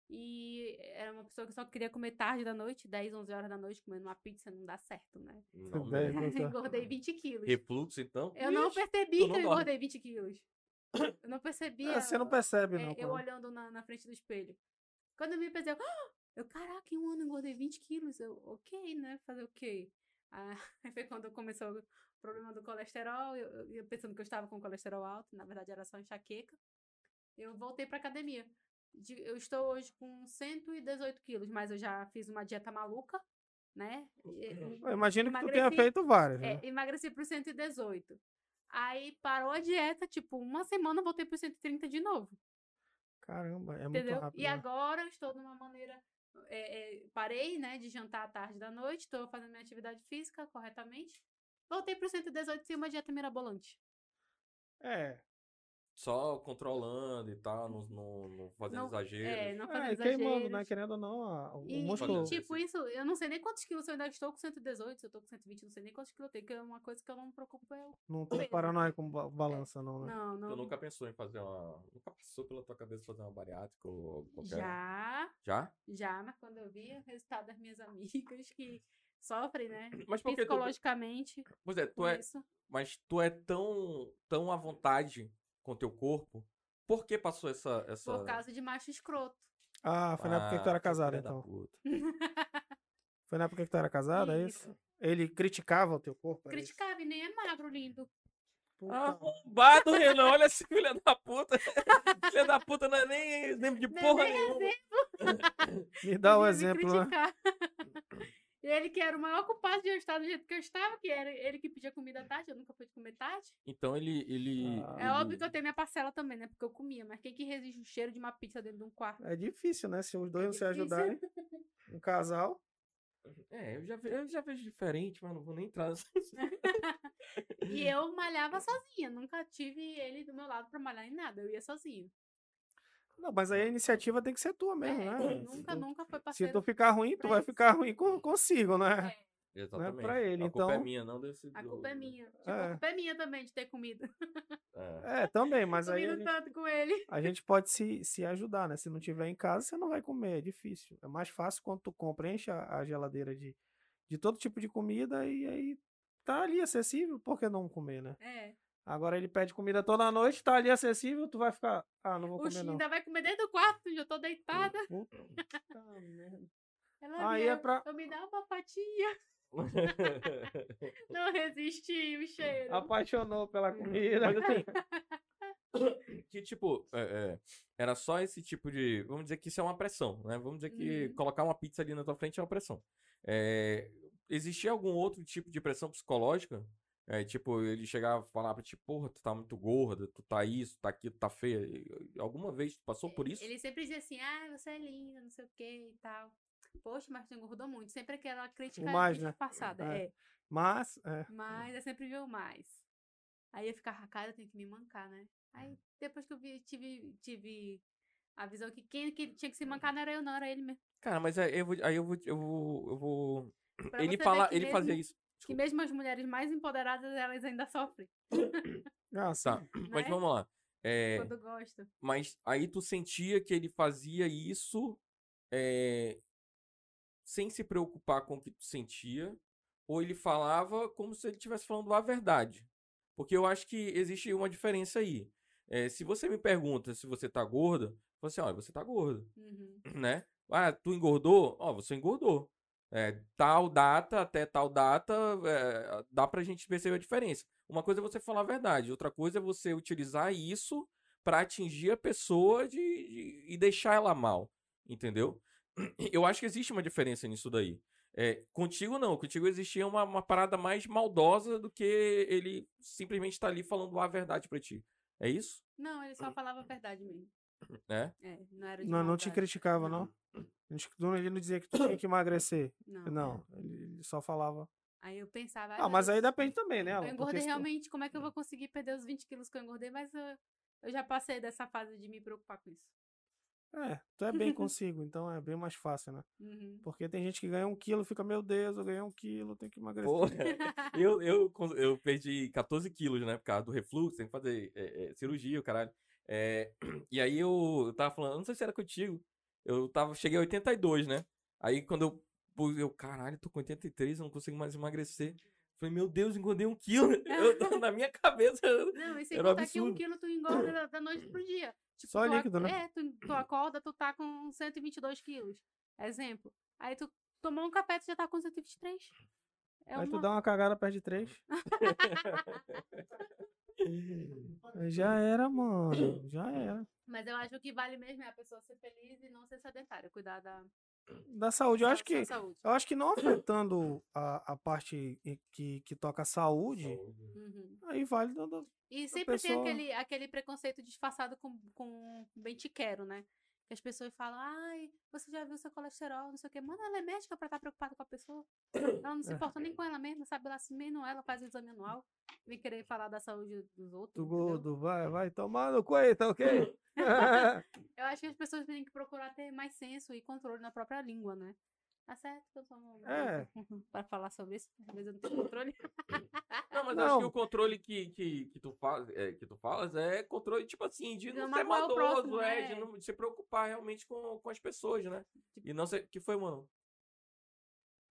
E era uma pessoa que só queria comer tarde da noite, dez, onze horas da noite, comendo uma pizza, não dá certo, né? Não, Dez, não. onze. Engordei vinte quilos. Refluxo, então? Eu não Ixi, percebi tu que não eu dorme. engordei vinte quilos. Eu não percebia. É, você não percebe, é, não. eu quando- olhando na, na frente do espelho. Quando eu me pesei, eu, "Ah!" eu, caraca, em um ano eu engordei vinte quilos. Eu, ok, né? Fazer o quê? Ah, aí foi quando começou o problema do colesterol. Eu, eu, eu pensando que eu estava com colesterol alto, na verdade era só enxaqueca. Eu voltei pra academia. De- eu estou hoje com cento e dezoito quilos, mas eu já fiz uma dieta maluca, né? E- Eu imagino que tu tenha emagreci- feito várias, né? é, emagreci pro cento e dezoito. Aí parou a dieta, tipo, uma semana eu voltei pro cento e trinta de novo. Caramba, é muito Entendeu? rápido. E né? agora eu estou numa maneira. é, é, parei, né, de jantar à tarde da noite, estou fazendo minha atividade física corretamente. Voltei pro cento e dezoito sem uma dieta mirabolante. É, Só controlando e tal, não, não, não fazendo Não- exagero. É, não fazendo é, queimando, né? exageros. Querendo ou não, a- o E, músculo. e, tipo, isso, eu não sei nem quantos quilos eu ainda estou com cento e dezoito, se eu estou com cento e vinte, não sei nem quantos quilos eu tenho, que é uma coisa que eu não me preocupo. É o- Não tem peso. paranoia com ba- balança, não, né? Não, não. Tu nunca pensou em fazer uma. Nunca passou pela tua cabeça fazer uma bariátrica ou qualquer. Já, Já? já, mas quando eu vi o resultado das minhas amigas, que sofrem, né? Mas por que tu... Psicologicamente. Pois é, tu com é... isso. Mas tu é tão, tão à vontade com teu corpo. Por que passou essa... essa... Por causa de macho escroto. Ah, foi na época que tu era Ah, casada, filha da então. puta. Foi na época que tu era casada, é isso? Ele criticava o teu corpo? era isso? Criticava e nem é magro, lindo. Puta. Arrombado, Renan. Olha esse filho da puta. Filha da puta não é nem exemplo de Não é porra nem nenhuma. Me dá o Devia me exemplo, né? criticar. Ele que era o maior culpado de eu estar do jeito que eu estava, que era ele que pedia comida à tarde, eu nunca pude comer tarde. Então ele... ele, Ah. É ele... óbvio que eu tenho minha parcela também, né? Porque eu comia, mas quem que resiste o cheiro de uma pizza dentro de um quarto? É difícil, né? Se os dois É não se difícil. ajudarem. Um casal. É, eu já, ve- eu já vejo diferente, mas não vou nem entrar nessa... E eu malhava sozinha, nunca tive ele do meu lado pra malhar em nada, eu ia sozinho. Não, mas aí a iniciativa tem que ser tua mesmo, É, né? nunca, Se tu- nunca foi Se parceiro. tu ficar ruim, tu pra vai isso. ficar ruim com- consigo, né? É, Exatamente. pra ele, A culpa é então- minha, não desse... a do- culpa é minha. Tipo, É. a culpa é minha também de ter comido. É. É, também, mas aí a Comido gente, tanto com ele. a gente pode se, se ajudar, né? Se não tiver em casa, você não vai comer, é difícil. É mais fácil quando tu compra, enche a, a geladeira de, de todo tipo de comida e aí tá ali acessível, por que não comer, né? É. Agora ele pede comida toda noite, tá ali acessível, tu vai ficar, ah, não vou O comer Xi não. ainda vai comer dentro do quarto, onde eu tô deitada. Puta merda. Ela Aí viu, é pra- eu me dá uma fatia. Não resisti o cheiro. Apaixonou pela comida. Mas assim, que tipo, é, é, era só esse tipo de. Vamos dizer que isso é uma pressão, né? Vamos dizer que Uhum. colocar uma pizza ali na tua frente é uma pressão. É, existia algum outro tipo de pressão psicológica? É, tipo, ele chegava e falava pra ti, porra, tu tá muito gorda, tu tá isso, tá aquilo, tá feia. E, alguma vez tu passou por isso? Ele sempre dizia assim, ah, você é linda, não sei o que e tal. Poxa, mas tu engordou muito. Sempre aquela crítica mais, né? disfarçada. É. É. Mas, é, Mas eu sempre viu mais. Aí eu ficava, cara, eu tenho que me mancar, né? Aí depois que eu vi, tive, tive a visão que quem que tinha que se mancar não era eu, não, era ele mesmo. Cara, mas aí eu vou. Aí eu vou, eu vou, eu vou... Pra Ele, você ver fala, que ele fazia mesmo- isso. Que mesmo as mulheres mais empoderadas, elas ainda sofrem, ah, sim. Tá, mas né? vamos lá. É, Quando gostam. mas aí tu sentia que ele fazia isso é, sem se preocupar com o que tu sentia, ou ele falava como se ele estivesse falando a verdade. Porque eu acho que existe uma diferença aí. É, se você me pergunta se você tá gorda, eu falo assim, olha, você tá gorda, Uhum. né? Ah, tu engordou? Ó, você engordou. É, tal data até tal data, é, dá pra gente perceber a diferença. Uma coisa é você falar a verdade, outra coisa é você utilizar isso pra atingir a pessoa de, de- e deixar ela mal, entendeu? Eu acho que existe uma diferença nisso daí. É, contigo não, contigo existia uma, uma parada mais maldosa do que ele simplesmente tá ali falando a verdade pra ti. É isso? Não, ele só falava a verdade mesmo. É? É, não era de Não, não te maldade. criticava, não? Não- Ele não dizia que tu tinha que emagrecer. Não. Não, ele ele só falava. Aí eu pensava... ai, Ah, meu mas aí Deus, depende também, né? eu Alan? Porque engordei se tu- realmente, como é que eu vou conseguir perder os vinte quilos que eu engordei? Mas eu, eu já passei dessa fase de me preocupar com isso. É, tu é bem consigo, então é bem mais fácil, né? Uhum. Porque tem gente que ganha um quilo e fica, meu Deus, eu ganhei um quilo, tenho que emagrecer. Porra, eu, eu, eu perdi catorze quilos, né? Por causa do refluxo, tem que fazer é, é, cirurgia, o caralho. É, e aí eu, eu tava falando, não sei se era contigo, eu tava, cheguei a oitenta e dois, né? Aí quando eu pus, eu, caralho, tô com oitenta e três, eu não consigo mais emagrecer. Falei, meu Deus, engordei um quilo. Eu, na minha cabeça. Não, e sem Era um contar que um absurdo. quilo tu engorda da, da noite pro dia. Tipo, Só tu ac- líquido, né? É, tu, tu acorda, tu tá com cento e vinte e dois quilos. Exemplo. Aí tu tomou um café, tu já tá com cento e vinte e três. É Aí tu uma... dá uma cagada, perde três. Já era, mano. Já era. Mas eu acho que vale mesmo é a pessoa ser feliz e não ser sedentária. Cuidar da, Da saúde, eu da acho que. sua saúde. Eu acho que não afetando a, a parte e- que, que toca a saúde, Uhum. aí vale dando. E sempre tem pessoa- aquele, aquele preconceito disfarçado com, com bem te quero, né? Que as pessoas falam, ai, você já viu seu colesterol, não sei o quê. Mano, ela é médica pra estar preocupada com a pessoa. Ela não se É. importa nem com ela mesma, sabe? Ela se mesmo ela faz o exame anual. Vem querer falar da saúde dos outros. Do entendeu? gordo, vai, vai tomar no cu aí, tá ok? Eu acho que as pessoas têm que procurar ter mais senso e controle na própria língua, né? Tá certo que eu sou uma É. pra falar sobre isso, às vezes eu não tenho controle. Não, mas eu acho Não. que o controle que, que, que, tu faz, é, que tu falas é controle, tipo assim, de De não não ser magoar o maldoso, próximo, é, né? de não de se preocupar realmente com, com as pessoas, né? E não ser. Que foi, mano?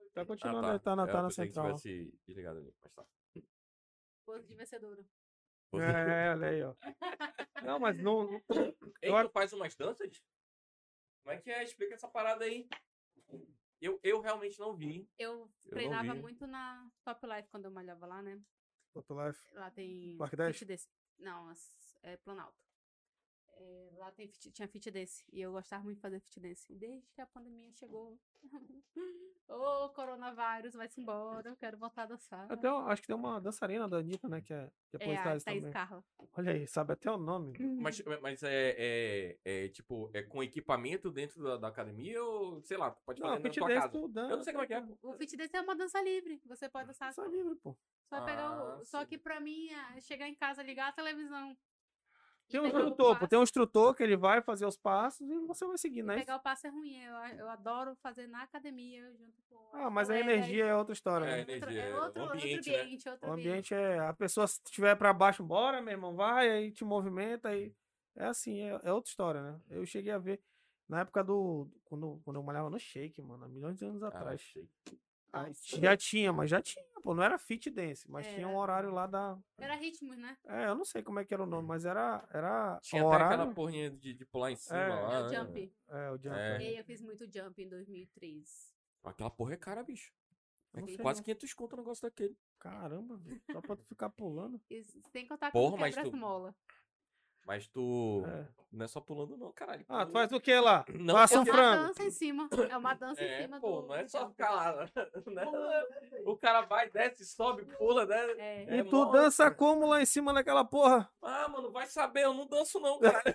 Tá Ah, continuando, tá. ele tá na, É, tá eu na pensei que central. tivesse desligado ali, mas tá. Pose de vencedora. É, olha aí, ó. Não, mas não. não- Ei, Eu tu faz umas danças? Como é que é? Explica essa parada aí. Eu, eu realmente não vi. Eu Eu não treinava vi. muito na Top Life quando eu malhava lá, né? Top Life. Lá tem Parque dez? fit desse. Não, as- é Planalto. É, lá tem fit- tinha fit desse. E eu gostava muito de fazer fit desse. E desde que a pandemia chegou. Ô, coronavírus, vai-se embora. Eu quero voltar a dançar. Até, eu acho que tem uma dançarina da Anitta, né? Que é, que é É a postagem Thaís também. Carla. Olha aí, sabe até o nome. Mas, mas é, é, é, tipo, é com equipamento dentro da, da academia ou, sei lá, tu pode fazer Não, na fit tua dance casa? tu dança. Eu não sei como é que é, pô. O fit desse é uma dança livre. Você pode dançar. Dança livre, pô. Só pegar Ah, o. Só sim. que pra mim é chegar em casa, ligar a televisão. e Tem um pegar o instrutor, pô. passo. Tem um instrutor que ele vai fazer os passos e você vai seguir, E né? pegar o passo é ruim. Eu, eu adoro fazer na academia junto com. Ah, as mas a colegas. energia é outra história, É, né? outro, energia, é é outro, o outro ambiente, né? ambiente, outro O ambiente. ambiente é. A pessoa, se estiver pra baixo, bora, meu irmão, vai, aí te movimenta. Aí... É assim, é, é outra história, né? Eu cheguei a ver na época do. Quando, quando eu malhava no Shake, mano, há milhões de anos Ah, atrás. achei. Aí Nossa. já tinha, mas já tinha, pô. Não era fit dance, mas tinha um Era. horário lá da. Era ritmos, né? É, eu não sei como é que era o nome, mas era. era Tinha o até horário. aquela porrinha de, de pular em cima É. lá. É o né? jump. É, o jump. É. é. E eu fiz muito jump em dois mil e três. Aquela porra é cara, bicho. Eu não Fiz sei Quase não. quinhentos conto o negócio daquele. Caramba, velho. Só pra tu ficar pulando. E sem contar Porra, quando mas quebra tu- as molas. Mas tu. É. Não é só pulando, não, caralho. Ah, tu Tu- faz o que lá? Não, Passa É um uma frango. dança em cima. É uma dança em É, cima pô, do. não é do só jump. ficar lá. Né? O cara vai, desce, sobe, pula, né? É. E É tu mó- dança como lá em cima daquela porra? Ah, mano, vai saber, eu não danço não, cara.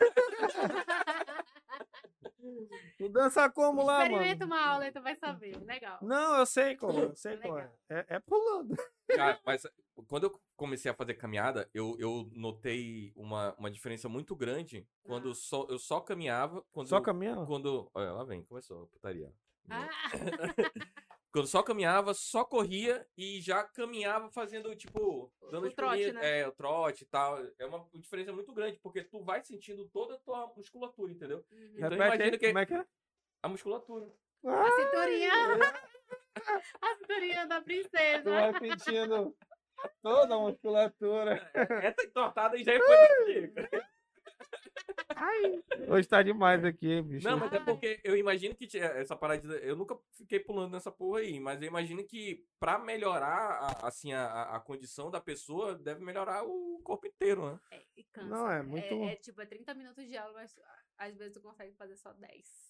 Tu dança como lá, Experimenta mano? uma aula e tu vai saber. Legal. Não, eu sei como, eu sei É qual é. legal. é. É pulando. Cara, mas quando eu comecei a fazer caminhada, eu, eu notei uma, uma diferença muito grande quando Ah. eu só, eu só caminhava. Quando Só eu- caminhando? Quando. Olha, lá vem, começou a putaria. Ah, Quando só caminhava, só corria e já caminhava fazendo, tipo, dando O as trote, pulinhas, né? é, o trote e tal. É uma diferença muito grande, porque tu vai sentindo toda a tua musculatura, entendeu? uhum. Então Repete imagina aí, que- como é que é? A musculatura. A cinturinha. A cinturinha da Tu princesa. vai sentindo toda a musculatura. Essa entortada aí já foi comigo. Hoje tá demais aqui, bicho. Não, mas é Ai. porque eu imagino que tinha essa parada. de- Eu nunca fiquei pulando nessa porra aí, mas eu imagino que pra melhorar a, assim, a, a condição da pessoa, deve melhorar o corpo inteiro, né? É, e cansa. Não, é muito- É, é tipo, é trinta minutos de aula, mas às vezes tu consegue fazer só dez.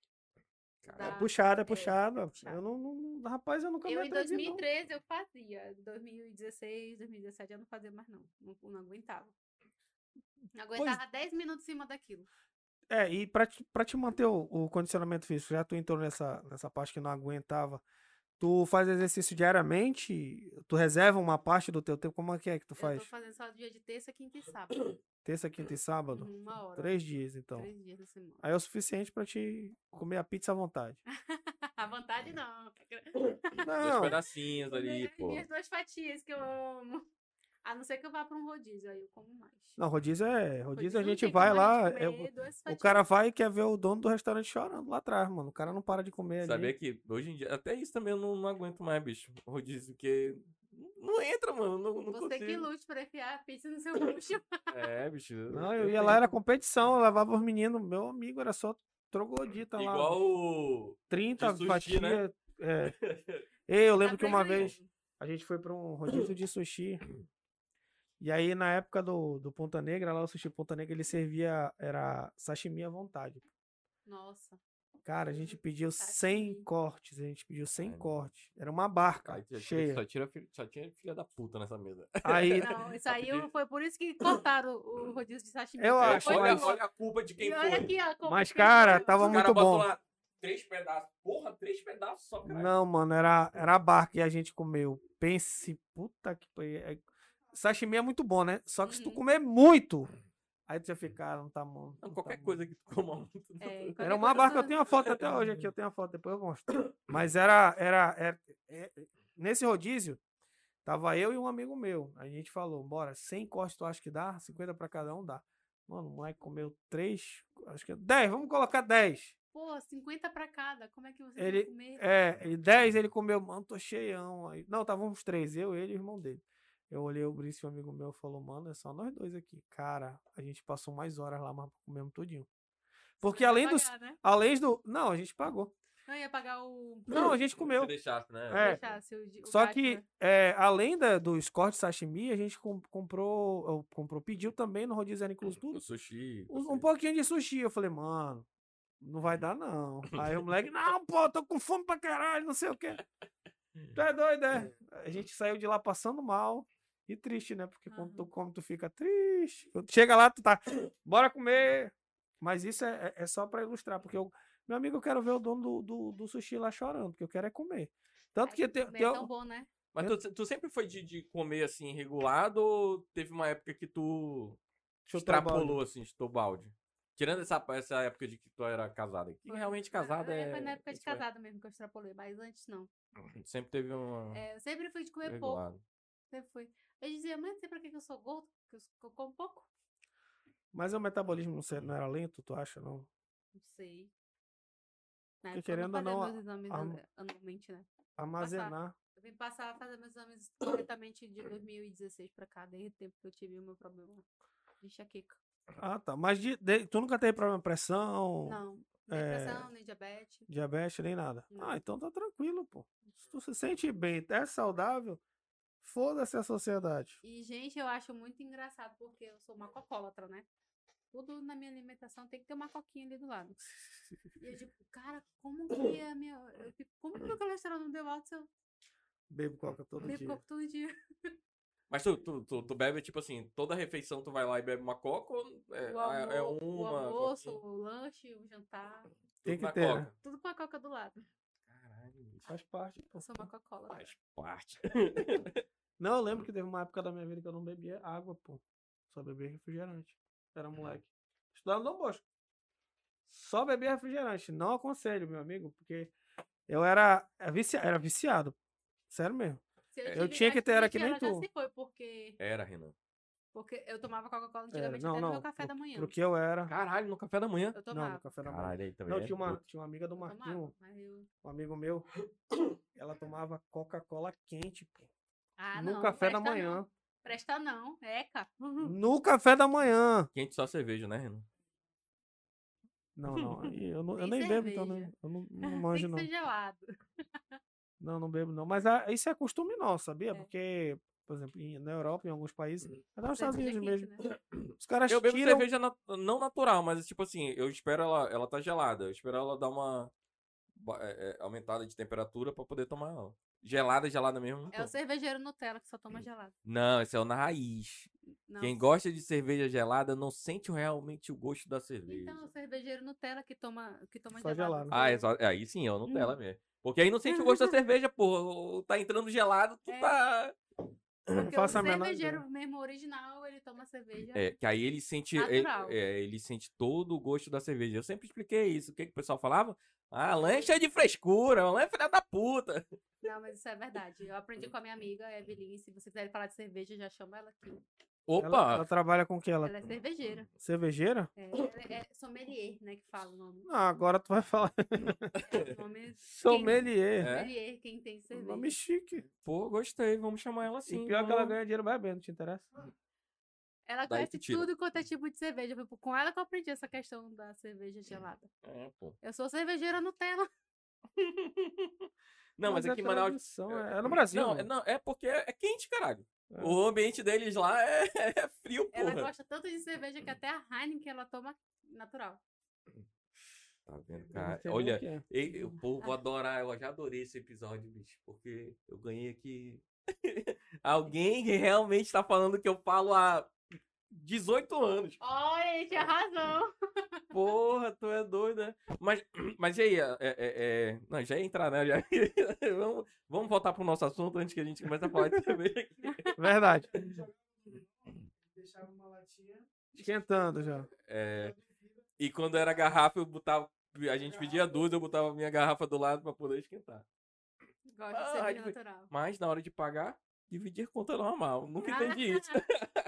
É Dá- puxada, é é, puxada. é puxado. Eu não, não- Rapaz, eu nunca Eu me em atrevi, dois mil e não. treze eu fazia. Em dois mil e dezesseis, dois mil e dezessete eu não fazia mais não. Não, não aguentava. Não aguentava dez minutos em cima daquilo. É, e pra te, pra te manter o, o condicionamento físico, já tu entrou nessa, nessa parte que não aguentava, tu faz exercício diariamente? Tu reserva uma parte do teu tempo? Como é que é que tu Eu tô faz? fazendo só dia de terça, quinta e sábado. Terça, quinta e sábado? Uhum, Uma hora. Três dias, então. Três dias da semana. Aí é o suficiente pra te comer a pizza à vontade. À vontade não. Dois Não, pedacinhos ali, As pô. minhas duas fatias que eu amo. A não ser que eu vá pra um rodízio, aí eu como mais. não, rodízio é. Rodízio a não gente tem vai como a lá. gente é- comer duas o fatias. cara vai e quer ver o dono do restaurante chorando lá atrás, mano. O cara não para de comer Sabia ali. que hoje em dia, até isso também eu não, não aguento mais, bicho. Rodízio, porque não entra, mano. Não, não Você que consigo. lute pra enfiar a pizza no seu bucho. É, bicho. Não, eu ia lá, era competição, eu levava os meninos. Meu amigo era só troglodita lá. Igual o. trinta de sushi, fatias. né? É. Ei, eu lembro Tá que uma prejuízo. vez a gente foi pra um rodízio de sushi. E aí, na época do, do Ponta Negra, lá o sushi Ponta Negra, ele servia, era sashimi à vontade. Nossa. Cara, a gente pediu cem Sashimi. cortes, a gente pediu cem Ai, meu cortes. Era uma barca Aí, só, cheia. só, tira, fi- só tinha filha da puta nessa mesa. Aí, Não, isso aí pedir- foi por isso que cortaram o o rodízio de sashimi. Eu Foi acho, muito olha, mas- bom. olha a culpa de quem E foi. olha aqui, ó. como mas, que cara, foi. tava Os caras muito botam bom. lá três pedaços. Porra, três pedaços só, cara. Não, mano, era, era a barca e a gente comeu. Pense, puta que pariu. É- Sashimi é muito bom, né? Só que se tu Uhum. comer muito, aí tu já fica, ah, não tá bom. Não, não tá qualquer bom. coisa que tu coma muito. É, Era qualquer uma coisa barca, eu tu- tenho uma foto até hoje aqui, eu tenho uma foto, depois eu mostro. Mas era, era, era- é- nesse rodízio, tava eu e um amigo meu. A gente falou, bora, cem cortes tu acha que dá? cinquenta pra cada um dá. Mano, o moleque comeu três, acho que dez, vamos colocar dez. pô, cinquenta pra cada, como é que você Ele- vai comer? É, e dez ele comeu, mano, tô cheião. Aí, não, tava uns três, eu, ele e o irmão dele. Eu olhei o Brice, um amigo meu, falou, mano, é só nós dois aqui. Cara, a gente passou mais horas lá, mas comemos tudinho. Porque Ia além dos. pagar, né? Além do. Não, a gente pagou. Eu ia pagar o... Não, a gente Se comeu. deixasse, né? É. deixasse o, di- o Só gasto, que, né? é, além da, dos cortes sashimi, a gente com- comprou, eu comprou, pediu também no rodízio, era incluso tudo. O sushi. Um, um você- pouquinho de sushi. Eu falei, mano, não vai dar não. Aí o moleque, não, pô, tô com fome pra caralho, não sei o quê. Tu é doido, é? A gente saiu de lá passando mal e triste, né? Porque quando tu Aham. come, tu fica triste. Quando chega lá, tu tá, bora comer. Mas isso é, é- é só pra ilustrar, porque eu, meu amigo, eu quero ver o dono do, do, do sushi lá chorando, porque eu quero é comer. Tanto Ai, que tem, comer tem, é tão bom, né? Mas tu, tu sempre foi de, de comer assim, regulado, ou teve uma época que tu chutou o balde. extrapolou, assim, chutou balde? Tirando essa, essa época de que tu era casada. Que Foi- realmente foi- casada é. Foi na época de isso é- casada mesmo que eu extrapolei, mas antes não. Sempre teve uma. É, eu sempre fui de comer pouco. regulado. Sempre fui. Eu dizia, mãe, sei pra que que eu sou gordo? Que eu, que eu como pouco? Mas o metabolismo não, se- não era lento, tu acha, não? Não sei. Na Porque época eu querendo ou não fazia não, meus exames a- anu- anualmente, né? Armazenar. Eu vim passar a fazer meus exames corretamente de dois mil e dezesseis pra cá, desde o tempo que eu tive o meu problema de enxaqueca. Ah, tá. Mas de- de- tu nunca teve problema de pressão, Não, nem é, pressão, nem diabetes. diabetes, nem nada? Não. Ah, então tá tranquilo, pô. Se tu se sente bem, é saudável, foda-se a sociedade. E, gente, eu acho muito engraçado porque eu sou uma cocólatra, né? Tudo na minha alimentação tem que ter uma coquinha ali do lado. E eu digo, cara, como que a minha. Eu fico, como que meu colesterol não deu alto se eu Bebo coca todo bebo dia. coco todo dia? Mas tu, tu, tu, tu bebe, tipo assim, toda refeição tu vai lá e bebe uma coca ou é, O, é almo- uma? o almoço, coquinha? o lanche, o jantar. Tem Tudo que na ter, coca. né? Tudo com a coca do lado. Caralho, bicho. Faz parte, pô. Eu sou uma cocólatra. Faz parte. Não, eu lembro que teve uma época da minha vida que eu não bebia água, pô. Só bebia refrigerante. Era moleque. Estudando no Bosco. Só bebia refrigerante. Não aconselho, meu amigo, porque eu era, era vici- era viciado. Sério mesmo. Se Eu te tinha ligar que ter, era aqui, que nem ela já tu. se foi, porque, Era, Renan. porque eu tomava Coca-Cola Era, antigamente não, até no não. meu café pro, da manhã. pro que eu era. Caralho, no café da manhã. Eu Não, tomava. no café da manhã. Caralho, aí também. Não, é tinha uma, puto. tinha uma amiga do Eu tomava, Marquinho, mas eu... um amigo meu. Ela tomava Coca-Cola quente, pô. Ah, no não, café da presta manhã. Não. Presta não, eca. No café da manhã. Quente só cerveja, né, Renan? Não, não. aí Eu, não, eu Nem nem bebo, então cerveja. não, eu não, não Tem manjo, que não. ser gelado. Não, não bebo, não. Mas ah, isso é costume nosso, sabia? É. Porque, por exemplo, em- na Europa, em alguns países, até nos Estados Cerveja Unidos quente, mesmo, né? os caras Eu bebo tiram... cerveja nat- não natural, mas tipo assim, eu espero ela, ela tá gelada. Eu espero ela dar uma ba- é, é, aumentada de temperatura pra poder tomar ela. Gelada, gelada mesmo. Não, É o tomo. cervejeiro Nutella que só toma gelado. Não, esse é o na raiz. Não. Quem gosta de cerveja gelada não sente realmente o gosto da cerveja. Então, o cervejeiro Nutella que toma, que toma Só gelado. gelado. Ah, é só, é, aí sim, é o Hum. Nutella mesmo. Porque aí não sente o gosto da cerveja, pô. Tá entrando gelado, tu É. tá. Porque faço o a menor cervejeiro ideia. mesmo original, ele toma cerveja. É, que aí ele sente. Ele, Natural. é, ele sente todo o gosto da cerveja. Eu sempre expliquei isso. O que, que o pessoal falava? Ah, lancha de frescura, lancha é filha da puta. Não, mas isso é verdade. Eu aprendi com a minha amiga, Evelyn. Se você quiser falar de cerveja, já chama ela aqui. Opa! Ela, ela trabalha com o que? Ela... Ela é cervejeira. Cervejeira? É, ela é sommelier, né, que fala o nome. Não, agora tu vai falar. É, o nome Sommelier. É? sommelier, quem tem cerveja. Nome chique. Pô, gostei. Vamos chamar ela assim. e pior que ela vamos- ganha dinheiro bebendo, te interessa? Ela Daí conhece tu tira. tudo quanto é tipo de cerveja. Foi com ela que eu aprendi essa questão da cerveja gelada. É, pô. Eu sou cervejeira Nutella. Não, mas, aqui em é Manaus. tradição, é, é no Brasil. Não, né? é, não, é porque é é quente, caralho. É. O ambiente deles lá é, é frio, Ela porra. gosta tanto de cerveja que até a Heineken ela toma natural. Tá vendo, Eu não cara? sei nem o Olha, que é. ei, o povo vou adorar. Eu já adorei esse episódio, bicho. Porque eu ganhei aqui. Alguém que realmente tá falando que eu falo há dezoito anos. Olha, ele tinha razão. Porra, tu é doido, né? Mas, mas e aí? É, é, é... Não, já ia entrar, né? Já... vamos, vamos voltar pro nosso assunto antes que a gente comece a falar de cerveja aqui. Verdade. Deixava uma latinha. Esquentando já. É, e quando era garrafa, eu botava. A gente pedia duas, eu botava a minha garrafa do lado pra poder esquentar. Gosta de Ah, cerveja de- natural. Mas na hora de pagar, dividir conta normal. Nunca entendi isso.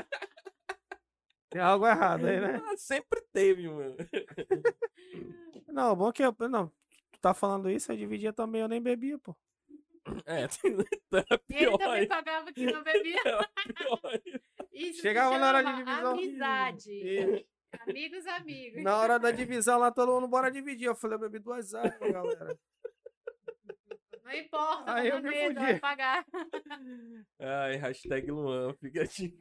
Tem algo errado aí, né? Ah, sempre teve, mano. Não, bom que eu. Não, tu tá falando isso, eu dividia também, eu nem bebia, pô. É, então é E ele pior também aí. pagava que não bebia. Era pior aí. Isso Chegava se na hora de chama divisão. amizade. E Amigos, amigos. na hora da divisão lá, todo mundo bora dividir. Eu falei, eu bebi duas águas, galera. Não importa, Aí tá eu na me mesa, fudi. vai pagar. Ai, hashtag Luan, fica a dica.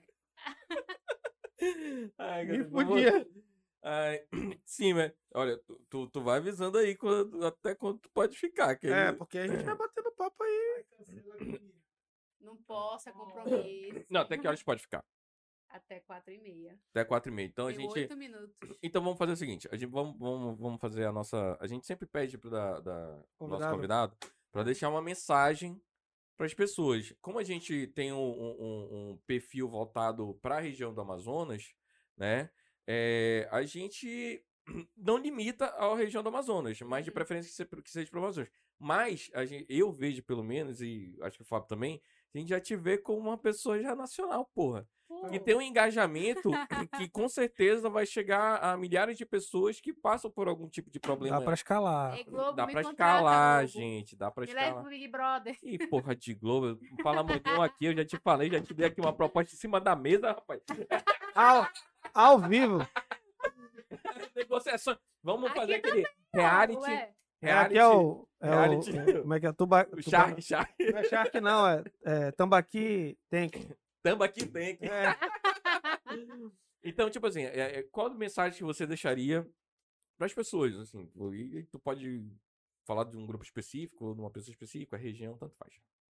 Ai, Me cara, vamos- fudia. Ai, sim, mas olha, tu, tu, tu vai avisando aí quando- até quando tu pode ficar. Que É, aí- porque a gente vai batendo papo aí. Não posso, é compromisso. Não, até que horas pode ficar? Até quatro e meia. Até quatro e meia. Então a Tem gente. oito minutos. Então vamos fazer o seguinte, a gente vamos, vamos, vamos fazer a nossa. A gente sempre pede pro da, da- do nosso Convidado. convidado para deixar uma mensagem para as pessoas. Como a gente tem um, um- um perfil voltado para a região do Amazonas, né? é, a gente não limita a região do Amazonas, mas de Uhum. preferência que seja, que seja para o Amazonas. Mas a gente, eu vejo pelo menos, e acho que o Fábio também, a gente já te vê como uma pessoa já nacional, porra. Que tem um engajamento que com certeza vai chegar a milhares de pessoas que passam por algum tipo de problema. Dá pra escalar. Ei, Globo, Dá me pra contrata, escalar, Globo. gente. Dá pra Me leve escalar. pro Big Brother. Ih, porra de Globo. Fala muito aqui, eu já te falei, já te dei aqui uma proposta em cima da mesa, rapaz. Ao, ao vivo. Negociação. Vamos Aqui fazer aquele reality. Ué, É, Reality. aqui é o. É reality. o é, como é que é? Tuba, O tuba- Shark, Shark. Não é Shark, não. É, é Tambaqui Tank. Tambaqui tem. que- É, Então, tipo assim, é- é, qual mensagem que você deixaria para as pessoas, assim? E e tu pode falar de um grupo específico, ou de uma pessoa específica, a região, tanto faz.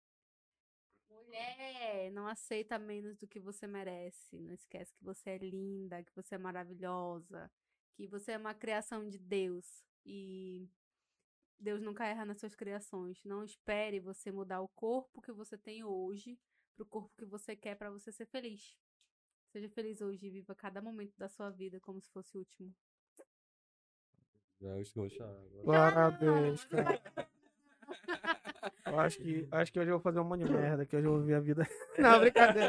mulher, não aceita menos do que você merece. Não esquece que você é linda, que você é maravilhosa, que você é uma criação de Deus. E Deus nunca erra nas suas criações. Não espere você mudar o corpo que você tem hoje pro corpo que você quer para você ser feliz. Seja feliz hoje e viva cada momento da sua vida como se fosse o último. Já estou agora. glória a Deus, cara. Eu acho que, acho que hoje eu vou fazer um monte de merda, que hoje eu vou viver a vida. Não, brincadeira.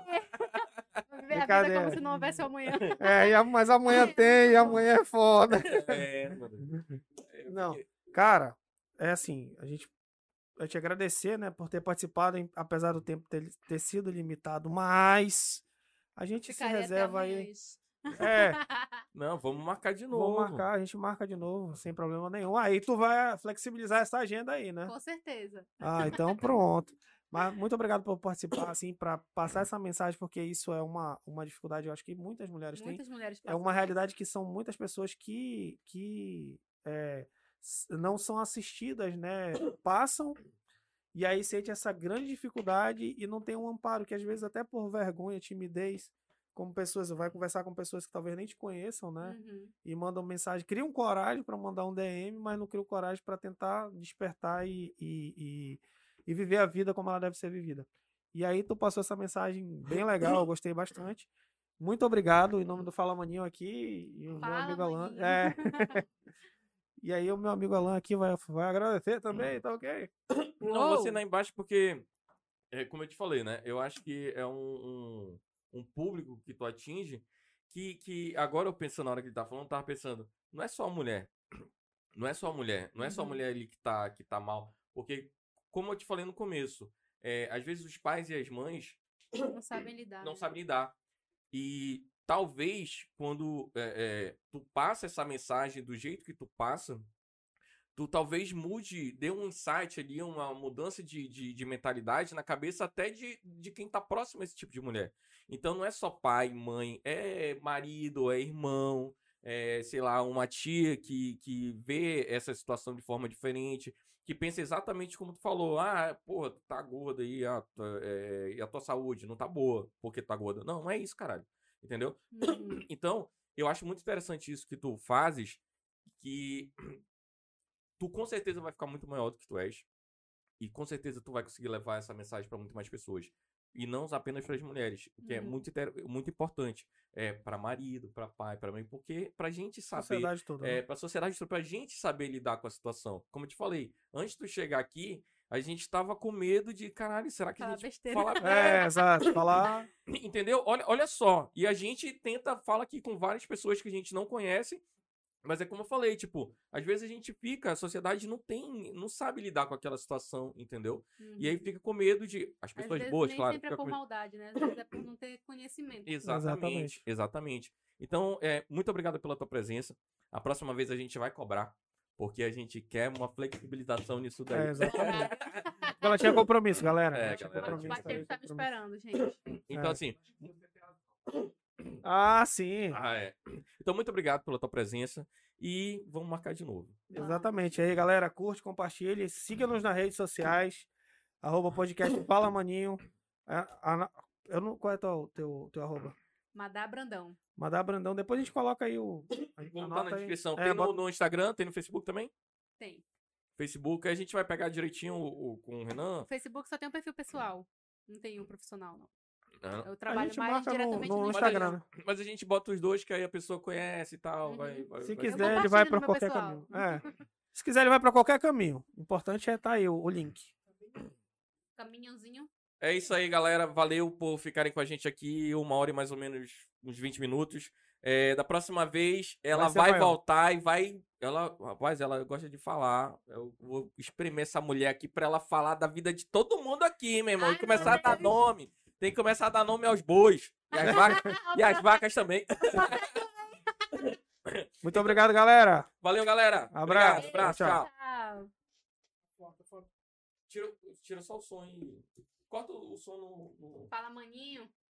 Vou viver a vida Brincadeira. como se não houvesse amanhã. É, e a- mas amanhã tem, e amanhã é foda. É, mano. É, Não. porque- Cara, é assim, a gente vai te agradecer, né, por ter participado, em- apesar do tempo ter, ter sido limitado, mas a gente se Ficaria até reserva amanhã aí. isso. É, Não, vamos marcar de novo. vou marcar, a gente marca de novo, sem problema nenhum. Aí tu vai flexibilizar essa agenda aí, né? Com certeza. Ah, então pronto. Mas muito obrigado por participar, assim, para passar essa mensagem, porque isso é uma, uma dificuldade, eu acho que muitas mulheres têm. Muitas mulheres É uma passam. realidade que são muitas pessoas que, que é, s- não são assistidas, né? Passam e aí sente essa grande dificuldade e não tem um amparo, que às vezes até por vergonha, timidez, como pessoas, vai conversar com pessoas que talvez nem te conheçam, né? Uhum. E mandam mensagem, criam coragem para mandar um D M, mas não criam coragem para tentar despertar e, e, e, e viver a vida como ela deve ser vivida. E aí tu passou essa mensagem bem legal, eu gostei bastante. Muito obrigado, em nome do Fala Maninho aqui e o meu Fala, amigo Alan. maninho. É. E aí o meu amigo Alan aqui vai, vai agradecer também, tá ok? Não, você Uou. lá embaixo, porque, é, como eu te falei, né? Eu acho que é um, um, um público que tu atinge que, que agora eu pensando na hora que ele tá falando, eu tava pensando, não é só a mulher. Não é só a mulher. Não é só a Uhum. mulher ali que tá, que tá mal. Porque, como eu te falei no começo, é, às vezes os pais e as mães Não sabem lidar. não né? sabem lidar. E talvez quando é, é, tu passa essa mensagem do jeito que tu passa, tu talvez mude, dê um insight ali, uma mudança de, de, de mentalidade na cabeça até de, de quem tá próximo a esse tipo de mulher. Então não é só pai, mãe, é marido, é irmão, é, sei lá, uma tia que, que vê essa situação de forma diferente, que pensa exatamente como tu falou, ah, porra, tu tá gorda aí, ah, tu- é, e a tua saúde não tá boa porque tu tá gorda. Não, não é isso, caralho. Entendeu? Uhum. Então, eu acho muito interessante isso que tu fazes, que tu com certeza vai ficar muito maior do que tu és. E com certeza tu vai conseguir levar essa mensagem para muito mais pessoas. E não apenas para as mulheres, o que é Uhum. muito, inter- muito importante. É para marido, para pai, para mãe, porque pra gente saber, Sociedade toda. é, né? pra sociedade toda, pra gente saber lidar com a situação. Como eu te falei, antes de tu chegar aqui, a gente tava com medo de, caralho, será que a Falar gente besteira. fala... É, exato. Falar. Entendeu? Olha, olha só. E a gente tenta, fala aqui com várias pessoas que a gente não conhece Mas é como eu falei, tipo, às vezes a gente fica, a sociedade não tem, não sabe lidar com aquela situação, entendeu? Uhum. E aí fica com medo de. As Às pessoas vezes boas, nem claro. sempre é fica por com medo- maldade, né? Às vezes é por não ter conhecimento. Exatamente, Exatamente. exatamente. Então, é, muito obrigado pela tua presença. A próxima vez a gente vai cobrar, porque a gente quer uma flexibilização nisso daí. É, exatamente. Porque ela tinha compromisso, galera. É, Ela tinha galera, O compromisso, parceiro tinha tá me compromisso. esperando, gente. Então, É. assim. Ah, sim. Ah, é. Então, muito obrigado pela tua presença e vamos marcar de novo. Exatamente. Aí, galera, curte, compartilhe, siga-nos nas redes sociais, arroba podcast Fala Maninho. A- a- eu não, qual é teu, teu, teu arroba? Madá Brandão. Madá Brandão. Depois a gente coloca aí o. a gente Vamos botar anota na aí. descrição. É, Tem no, bota- no Instagram, tem no Facebook também? Tem. Facebook, aí a gente vai pegar direitinho o, o- com o Renan. O Facebook só tem um perfil pessoal. Não tem um profissional, não. Ah, Eu A trabalho gente mais marca no, diretamente no no Instagram, né? Mas a gente bota os dois que aí a pessoa conhece e tal. Uhum. Vai, vai, Se vai- quiser, Eu ele vai compartilho pra no meu qualquer pessoal. caminho. É. Se quiser, ele vai pra qualquer caminho. O importante é tá aí o, o link. Caminhãozinho. É isso aí, galera. Valeu por ficarem com a gente aqui. Uma hora e mais ou menos uns vinte minutos. É, da próxima vez, ela Vai ser vai, maior. voltar e vai. Ela, rapaz, ela gosta de falar. Eu vou espremer essa mulher aqui pra ela falar da vida de todo mundo aqui, meu irmão. E Ai, começar a meu dar Deus. nome. Tem que começar a dar nome aos bois. E as vacas, e as vacas também. Muito obrigado, galera. Valeu, galera. Abraço. Obrigado, abraço, Tchau, tchau. Tchau. Tira, tira só o som aí. Corta o som no- no... Fala, maninho.